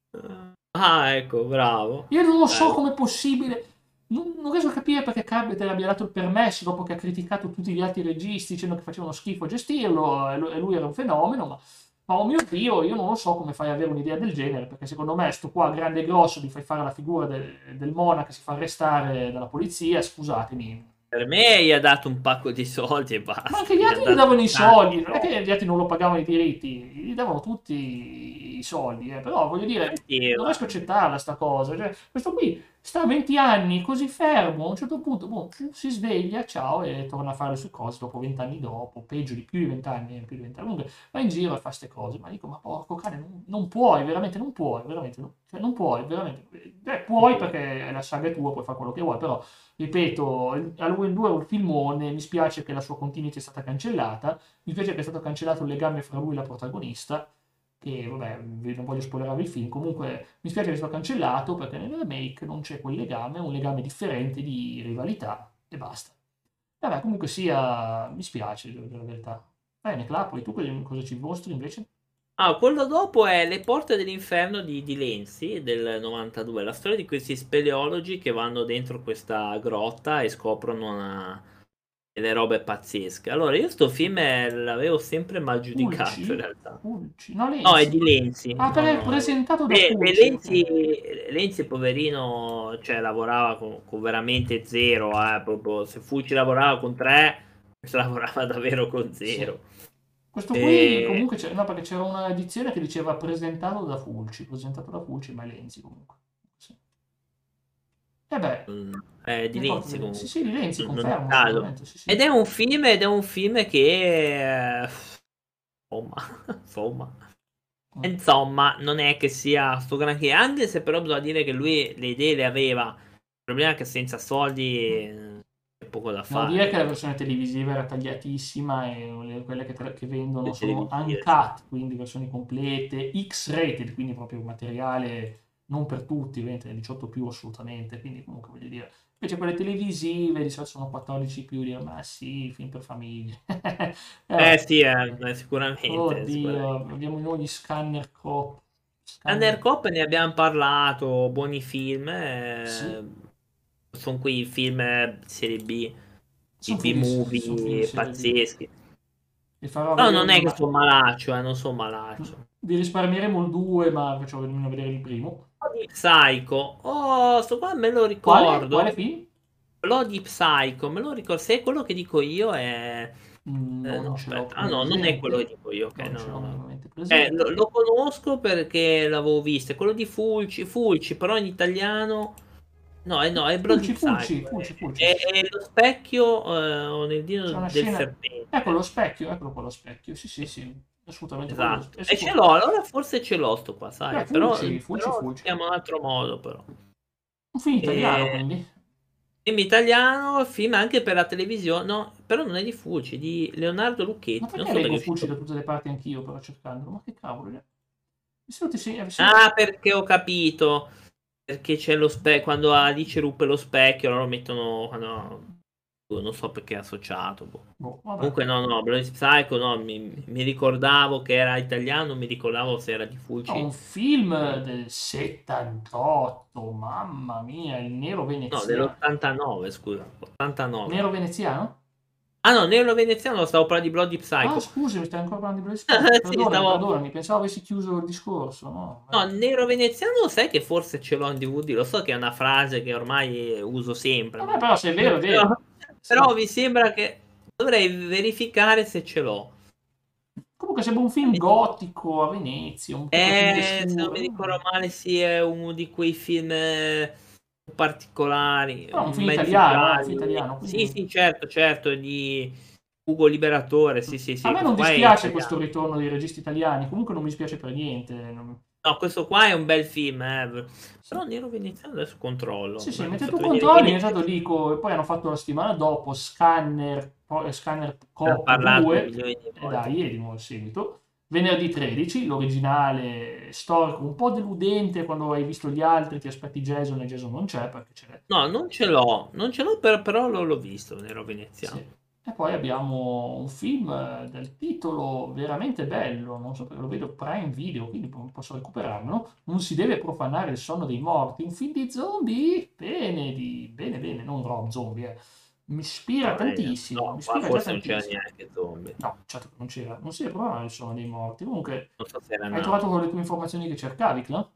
Ah, ecco, bravo. Io non lo so Bello. com'è possibile, non, non riesco a capire perché Carpenter abbia dato il permesso dopo che ha criticato tutti gli altri registi dicendo che facevano schifo a gestirlo e lui, e lui era un fenomeno, ma, ma oh mio Dio, io non lo so come fai ad avere un'idea del genere, perché secondo me sto qua grande e grosso gli fai fare la figura del, del monaco che si fa arrestare dalla polizia, scusatemi. Per me gli ha dato un pacco di soldi e Ma basta. anche gli Gli ha altri gli dato davano i tanti soldi, non è che gli altri non lo pagavano i diritti, gli davano tutti i soldi, eh. Però voglio dire, soldi. non riesco a accettarla sta cosa. Cioè, questo qui sta venti anni così fermo, a un certo punto boh, si sveglia, ciao, e torna a fare le sue cose dopo venti anni dopo, peggio di più di venti anni, più di venti anni. Comunque va in giro e fa queste cose, ma dico, ma porco cane, non, non puoi, veramente non puoi, veramente, non, cioè, non puoi, veramente. Beh, puoi perché la saga è tua, puoi fare quello che vuoi, però ripeto, il- Halloween due è un filmone, mi spiace che la sua continuity è stata cancellata, mi piace che è stato cancellato il legame fra lui e la protagonista, che vabbè, vi- non voglio spoilerare il film, comunque mi spiace che è stato cancellato perché nel remake non c'è quel legame, è un legame differente di rivalità e basta. Vabbè, comunque sia, mi spiace, devo dire la verità. Bene, Clapoli, tu cosa cosa ci mostri invece? Ah, quello dopo è Le porte dell'inferno di, di Lenzi del novantadue, la storia di questi speleologi che vanno dentro questa grotta e scoprono una- delle robe pazzesche. Allora, io sto film eh, l'avevo sempre mal giudicato in Fulci? realtà. Fulci? No, No, è Lenzi. di Lenzi. Ah, No, per- no. È... presentato da Beh, beh, Fulci, ok. Lenzi, Lenzi, poverino, cioè lavorava con, con veramente zero, eh, proprio, se Fucci lavorava con tre, questo lavorava davvero con Sì. zero. Questo qui E... comunque c'è, no, perché c'era una edizione che diceva presentato da Fulci, presentato da Fulci, ma è Lenzi comunque. Sì. E beh, Mm, è di le porte Lenzi delle... Sì, comunque, sì, di Lenzi, non non a confermo caso. assolutamente, sì, Ed sì. è un film, ed è un film che, eh, insomma, insomma, Mm. insomma, non è che sia sto granché, anche se però bisogna dire che lui le idee le aveva. Il problema è che senza soldi eh, c'è poco da Devo dire fare. che la versione televisiva era tagliatissima e le- quelle che, tra- che vendono Le sono televisive, sì. uncut, quindi versioni complete, X-rated, quindi proprio materiale non per tutti, ovviamente diciotto più assolutamente, quindi comunque voglio dire. Invece quelle televisive di solito sono quattordici più, dire, ma sì, film per famiglie. Eh Però, sì, eh, eh, sicuramente, oddio, sicuramente. abbiamo noi gli scanner cop. Scanner, Undercop ne abbiamo parlato, buoni film. sì, Sono quei film eh, serie B, i sono film, di- son film di B-movie serie B. pazzeschi. Vi farò No, vedere non è che una... sono malaccio, eh, non sono malaccio. Vi risparmieremo il due, ma facciamo almeno vedere il primo. Bloody Psycho, oh, sto qua me lo Quale? Quale ricordo. film? Bloody Psycho, me lo ricordo. Se è quello che dico io è... Mm, eh, non no, ce l'ho aspetta. Ah no, non è quello che presente. dico io, ok, Non no, ce l'ho no, no. minimamente Eh, lo, presente. lo conosco perché l'avevo visto, è quello di Fulci, Fulci, però in italiano... No, eh, no, è Bloody Fulci, Fulci, Psycho. Fulci, Fulci. È, è lo specchio eh, nel dito C'è una del scena. Ecco serpente. lo specchio, eccolo qua lo specchio. Sì, sì, sì, assolutamente quello. Esatto. È E ce sicuro. l'ho, allora forse ce l'ho sto qua, Beh, sai, però, Fulci, Fulci, però si Fulci. chiama in un altro modo, però. Un film italiano, E... quindi. Film italiano, film anche per la televisione, no, però non è di Fulci, è di Leonardo Ma Lucchetti, non perché so perché leggo è Fulci uscito. da tutte le parti anch'io, però cercandolo? Ma che cavolo è? Se ti, sì, sì. Ah, perché ho capito. Perché c'è lo specchio. Quando Alice ruppe lo specchio, loro mettono. Quando... Non so perché è associato. Boh. Boh, vabbè. Comunque, no, no. Bloody Psycho, no. Mi, mi ricordavo che era italiano. Mi ricordavo se era di No, un Fulci. film del settantotto, mamma mia, il nero No, veneziano. dell'ottantanove, scusa. ottantanove. Nero veneziano? Ah, no, Nero Veneziano stavo parlando di Bloody Ah, Psycho. scusi, mi stai ancora parlando di Blaze Spike. Sì, Perdonami, stavo. perdonami, pensavo avessi chiuso il discorso, no? No, Vabbè. Nero Veneziano, sai che forse ce l'ho in D V D. Lo so che è una frase che ormai uso sempre. Vabbè, Ma... però se è vero, è Però, vero. però Sì. mi sembra che dovrei verificare se ce l'ho. Comunque sembra un film gotico a Venezia, un po' quel film di Eh, se non mi scuro. ricordo male, sì, è uno di quei film eh, particolari, Però è un film mezzi italiano, eh, un film gialli. italiano, Sì, quindi... sì, certo, certo, di Ugo Liberatore. Sì, sì, A sì, me non questo qua è dispiace questo italiano. ritorno dei registi italiani, comunque non mi dispiace per niente. non- No, questo qua è un bel film, eh. Sì. Però Nero Veneziano adesso controllo. Sì, sì, Mi ha mentre tu fatto venire controlli, è in iniziato lì, co- e poi hanno fatto la settimana dopo Scanner, poi- Scanner ha Cop parlato due, milioni di e volte. dai, è di nuovo il seguito. Venerdì tredici, l'originale storico, un po' deludente quando hai visto gli altri, ti aspetti Jason e Jason non c'è, perché c'è... No, non ce l'ho, non ce l'ho, per- però l'ho l'ho visto, Nero Sì. Veneziano. E poi abbiamo un film eh, del titolo veramente bello, non so perché lo vedo Prime Video, quindi po- posso recuperarlo. Non si deve profanare il sonno dei morti. Un film di zombie? Bene, di... bene, bene, non Rob Zombie, eh. Mi ispira No, eh, tantissimo, mi no, qua ispira già forse non c'era tantissimo. neanche zombie. No, certo che non c'era, non si deve provare il sonno dei morti. Comunque, Non so se era hai trovato nato. con le tue informazioni che cercavi, no?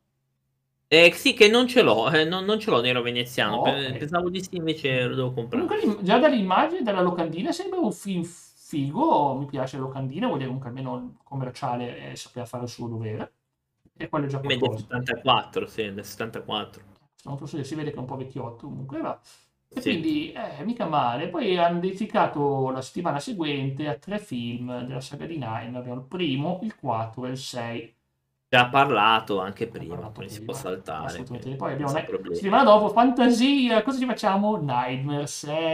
Eh, sì, che non ce l'ho, eh, non, non ce l'ho Nero Veneziano. Oh, pe- ok. Pensavo di sì, invece lo devo comprare. Comunque, l'im- già dall'immagine, dalla locandina, sembra un film figo. Mi piace la locandina, vuol dire comunque almeno il commerciale eh, sapeva fare il suo dovere. E quello è già Film del qualcosa. settantaquattro, sì, del settantaquattro. Questo non posso dire, si vede che è un po' vecchiotto comunque, va. E Sì. quindi, eh, mica male. Poi hanno dedicato la settimana seguente a tre film della saga di Nine. Abbiamo il primo, il quattro e il sei. Già parlato anche Ne ho prima, parlato quindi si può prima, saltare, assolutamente. quindi Poi abbiamo senza Ni- problemi. settimana dopo, fantasia, cosa ci facciamo? Nightmare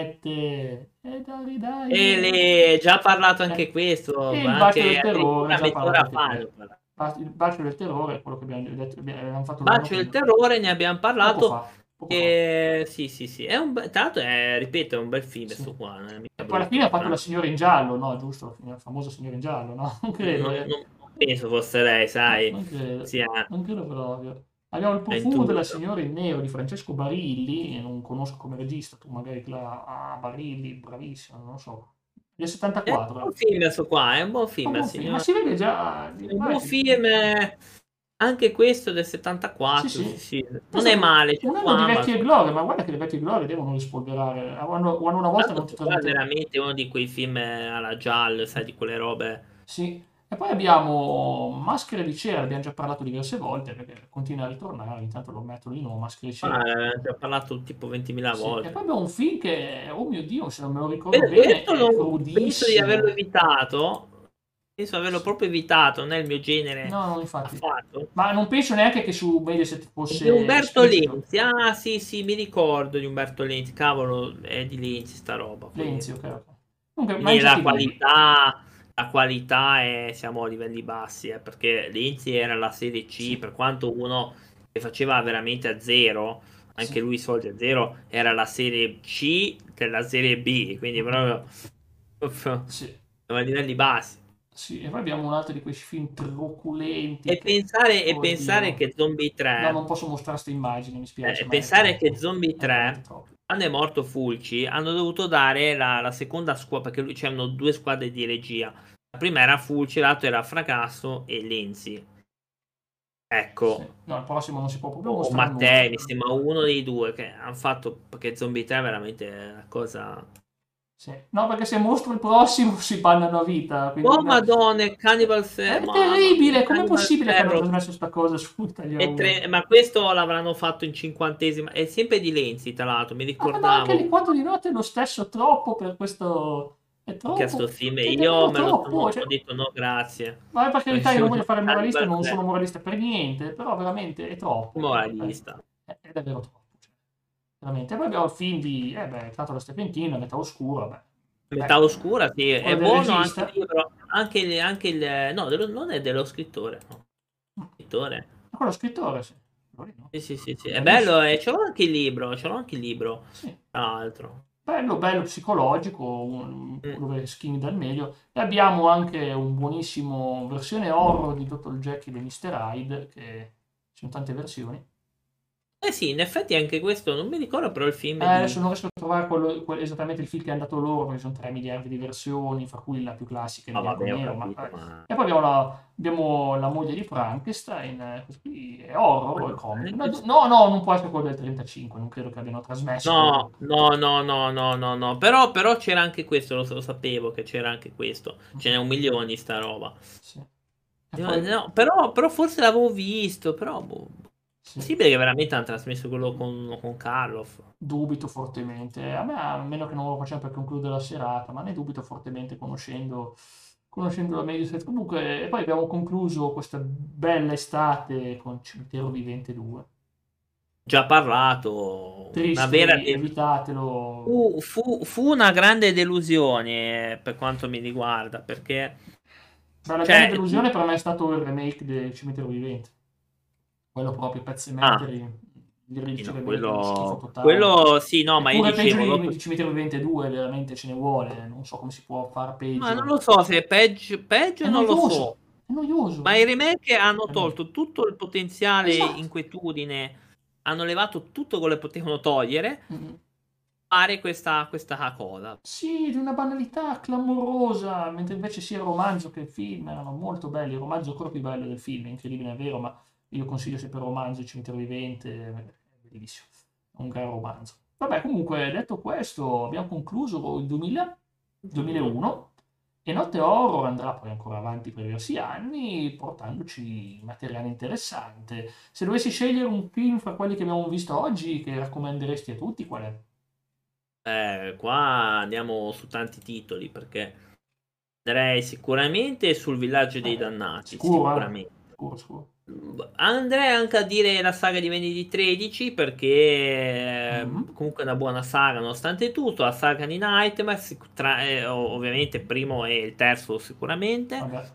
sette. E dai, E dai. le... già parlato Eh, anche questo, E il ma bacio anche del terrore, addirittura già parlato mezz'ora anche fa ne quello. ho parlato. Ba- Il bacio del terrore è quello che abbiamo detto, abbiamo fatto l'anno Bacio del prima. terrore, ne abbiamo Poco parlato. fa, poco fa. E... Sì, sì, sì. È un be- Tra l'altro, è, ripeto, è un bel film Sì. questo qua, non è mica E poi alla fine ha brutto. fatto la Eh. signora in giallo, no? Giusto? La famosa signora in giallo, no? Non credo, Non, eh. non- non penso fosse lei, No, sai, non credo, sia non credo proprio. Abbiamo il in profumo della tutto. signora in nero di Francesco Barilli, e non conosco come regista, tu magari la... Ah, Barilli, bravissimo, non lo so. Del È un settantaquattro, buon eh. film questo qua, è un buon È un film, buon film, ma signor. si vede già È un buon l'immagine. film, eh, anche questo del Sì, settantaquattro, sì, sì. sì. Non Questo è è male, c'è un su anno di vecchie Amazon. glorie, ma guarda che le vecchie glorie devono rispolverare. Hanno, hanno una volta Tanto non ti questo qua è trasmettevano. veramente uno di quei film eh, alla giallo, sai, di quelle robe. Sì. E poi abbiamo Maschere di cera, abbiamo già parlato diverse volte perché continua a ritornare, intanto lo metto di nuovo, Maschere di Ma cera. eh, ci ho parlato tipo ventimila Sì. E volte. poi abbiamo un film che, oh mio Dio, se non me lo ricordo Que- bene, Questo è non penso di averlo crudissimo. evitato. Penso di averlo Sì. proprio evitato, non è il mio genere No, no, infatti. affatto. Ma non penso neanche che su Mediaset È di fosse Umberto esplicito. Lenzi. Ah, sì, sì, mi ricordo di Umberto Lenzi. Cavolo, è di Lenzi sta roba. Quindi, Lenzi, ok, ok. Comunque, quindi la mangiatilene. qualità, la qualità è, siamo a livelli bassi, eh, perché Lenzi era la serie C, Sì, per quanto uno che faceva veramente a zero, sì. anche lui i soldi a zero, era la serie C della serie B, quindi proprio, proprio Sì, siamo a livelli bassi. sì, e poi abbiamo un altro di quei film truculenti E che, pensare, e pensare oddio, che Zombie no, tre non posso mostrare queste immagini, mi Eh, spiace, ma è pensare che troppo, Zombie è veramente tre, troppo. quando è morto Fulci, hanno dovuto dare la, la seconda squadra, perché lui c'erano due squadre di regia. La prima era Fulci, l'altra era Fracasso e Lenzi. Sì. Ecco, No, il prossimo non si può proprio o, o mostrare nulla. Mattei, mi sembra uno dei due che hanno fatto, perché Zombie tre è veramente una cosa. Sì. No, perché se mostro il prossimo si bannano a vita, quindi Oh no. Madonna, il Cannibal È Fe- mamma mia, terribile, com'è Cannibal possibile che hanno Ferro. trasmesso sta cosa su Italia E uno? tre- ma questo l'avranno fatto in cinquantesima, è sempre di Lenzi, tra l'altro, mi Ah, ma anche le ricordavo. quattro di notte è lo stesso, troppo per questo... È Che a troppo, sto film è io davvero me lo sono troppo, ho cioè... detto no grazie. Ma per carità io non voglio fare il moralista, Cannibal non sono Ferox, moralista per niente, però veramente è troppo. È, moralista. è- è davvero troppo. Cioè, veramente. E poi abbiamo il film di, eh beh, tratto da Stephen King, La metà oscura, beh. Metà Beh, oscura, sì, quello è del buono anche il regista. libro, anche il, anche il no, dello- non è dello scrittore, no. scrittore. Ma quello scrittore, sì. Lui no. Sì, sì, sì, sì. È Bellissimo. bello, e ce l'ho anche il libro, ce l'ho anche il libro, Sì. tra l'altro. Bello, bello psicologico, un- Mm. dove schimi dal meglio. E abbiamo anche un buonissimo versione horror di doctor Jekyll e mister Hyde, che ci sono tante versioni. Eh sì, in effetti anche questo, non mi ricordo però il film Eh, adesso di... non riesco a trovare quello- que- esattamente il film che hanno dato loro, perché sono tre miliardi di versioni, fra cui la più classica in Ah bianco e vabbè, ho nero. Ma, capito, eh. ma... E poi abbiamo la, abbiamo la moglie di Frankenstein, eh, questo qui è horror o è comico? No, Frankenstein. no, no, non può essere quello del trentacinque, non credo che abbiano trasmesso quello. No, no, no, no, no, no, no, però, però c'era anche questo, lo, lo sapevo che c'era anche questo, ce n'è un milione di sta roba. Sì. E No, poi, no, però, però forse l'avevo visto, però boh, sì. possibile che veramente hanno trasmesso quello con, con Karloff. Dubito fortemente, a me, a meno che non lo facciamo per concludere la serata, ma ne dubito fortemente conoscendo, conoscendo la Mediaset. Comunque, e poi abbiamo concluso questa bella estate con Cimitero Vivente due. Già parlato, una Triste, vera... evi- evitatelo. Fu, fu- fu una grande delusione eh, per quanto mi riguarda, perché... Ma la grande Cioè, delusione tu... per me è stato il remake del Cimitero Vivente, quello proprio Pet Ah, Sematary, il sì, no, remake di schifo quello... totale. Quello sì, no, ma io Eppure peggio dicevo... di, lo- di Cimitero Vivente due, veramente ce ne vuole, non so come si può fare Ma non peggio. lo so se è peggio, È peggio non lo so. noioso, è noioso. Ma i remake hanno Remake. tolto tutto il potenziale Esatto. inquietudine, hanno levato tutto quello che potevano togliere, Mm. fare questa, questa cosa. Sì, di una banalità clamorosa, mentre invece sia il romanzo che il film erano molto belli. Il romanzo è ancora più bello del film, è incredibile, è vero, ma io consiglio sempre il romanzo Il cimitero vivente, è bellissimo, è un gran romanzo. Vabbè, comunque, detto questo, abbiamo concluso il duemila, Mhm. duemilauno e Notte Horror andrà poi ancora avanti per diversi anni, portandoci materiale interessante. Se dovessi scegliere un film fra quelli che abbiamo visto oggi, che raccomanderesti a tutti, qual è? Eh, qua andiamo su tanti titoli perché andrei sicuramente sul Villaggio dei Eh, Dannati, sicuro, eh? sicuramente. Sicuro, sicuro. Andrei anche a dire la saga di Venedi tredici perché eh, Mhm. comunque è una buona saga nonostante tutto. La saga di Nightmare, sic- tra- eh, ov- ovviamente il primo e il terzo sicuramente. Vabbè.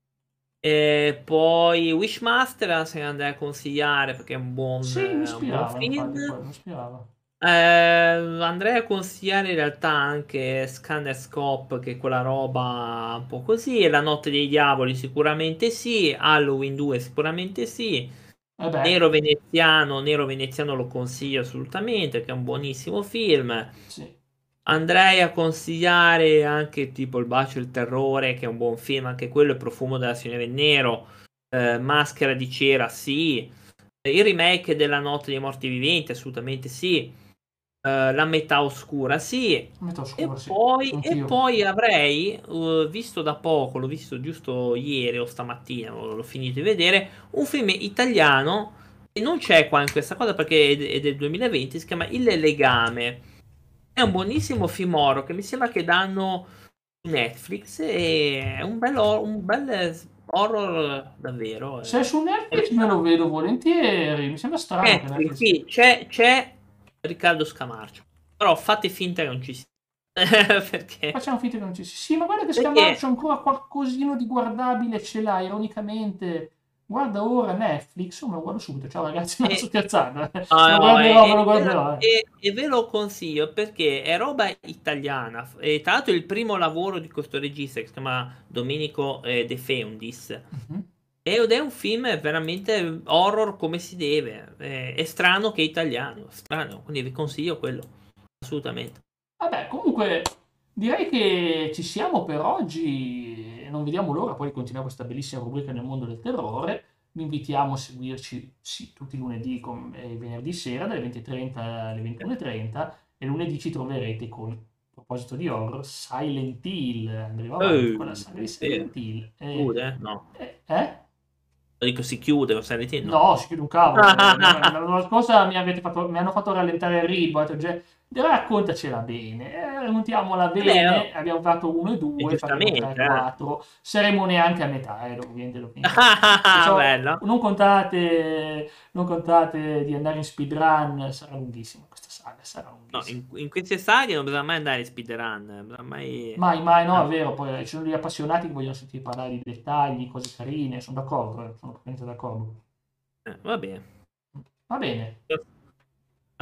E poi Wishmaster se ne andrei a consigliare perché è un buon, Sì, mi eh, un buon ispirava, film. infatti, quello mi ispirava. Eh, andrei a consigliare in realtà anche Scanner Scope, che è quella roba un po' così. E La Notte dei Diavoli sicuramente sì. Halloween due sicuramente sì. E beh, Nero Veneziano, Nero Veneziano lo consiglio assolutamente, che è un buonissimo film. sì. Andrei a consigliare anche tipo Il bacio e il terrore, che è un buon film, anche quello, Il profumo della signora in nero, eh, Maschera di cera, sì. Il remake della Notte dei morti viventi, assolutamente sì. Eh, La metà oscura, sì. Metà E oscura, sì. poi, e Anch'io. poi avrei eh, visto da poco, l'ho visto giusto ieri o stamattina, l'ho l'ho finito di vedere, un film italiano e non c'è qua in questa cosa perché è, è del duemilaventi, si chiama Il Legame. È un buonissimo film horror che mi sembra che danno su Netflix e è un bel, hor- un bel horror davvero. Se è eh. su Netflix me lo vedo volentieri. Mi sembra strano che Netflix, Netflix... sì, c'è, c'è Riccardo Scamarcio, però fate finta che non ci sia. Perché? Facciamo finta che non ci sia. Sì, ma guarda che Perché? Scamarcio ancora qualcosino di guardabile ce l'ha, ironicamente. Guarda ora Netflix, oh, me lo guardo subito. Ciao ragazzi, non sto E, scherzando. eh. Me ah, lo no, guarderò, e, me lo e ve lo, guarderò. eh. e- e ve lo consiglio perché è roba italiana. E tra l'altro è il primo lavoro di questo regista che si chiama Domenico eh, De Feundis. Mhm. Ed è un film veramente horror come si deve. Eh, è strano che è italiano, strano, quindi vi consiglio quello, assolutamente. Vabbè, comunque direi che ci siamo per oggi. Non vediamo l'ora poi di continuare questa bellissima rubrica nel mondo del terrore. Vi invitiamo a seguirci sì, tutti i lunedì com- e venerdì sera dalle venti e trenta alle ventuno e trenta e lunedì ci troverete con, a proposito di horror, Silent Hill. Andremo avanti con la Eh, saga di eh, Silent Hill. Eh, chiude? No. eh? eh? Lo dico si chiude, lo stai no. No, si chiude un cavolo. Eh, La la scorsa mi, avete fatto- mi hanno fatto rallentare il ritmo. Ho detto, "Ge- raccontacela bene. Eh, raccontiamola Vabbè, bene. oh, Abbiamo fatto uno e e due, faremo tre giustamente, e eh. quattro. Saremo neanche a metà, eh, ovviamente lo finiremo. Perciò Bello. non contate, non contate di andare in speedrun, sarà lunghissima questa saga, sarà No, lunghissima. in, in queste saghe non bisogna mai andare in speedrun, non bisogna mai... Mai, mai, no, è Ah, vero, poi ci sono degli appassionati che vogliono sentire parlare di dettagli, cose carine, sono d'accordo, eh, sono completamente d'accordo. eh, va bene. Va bene.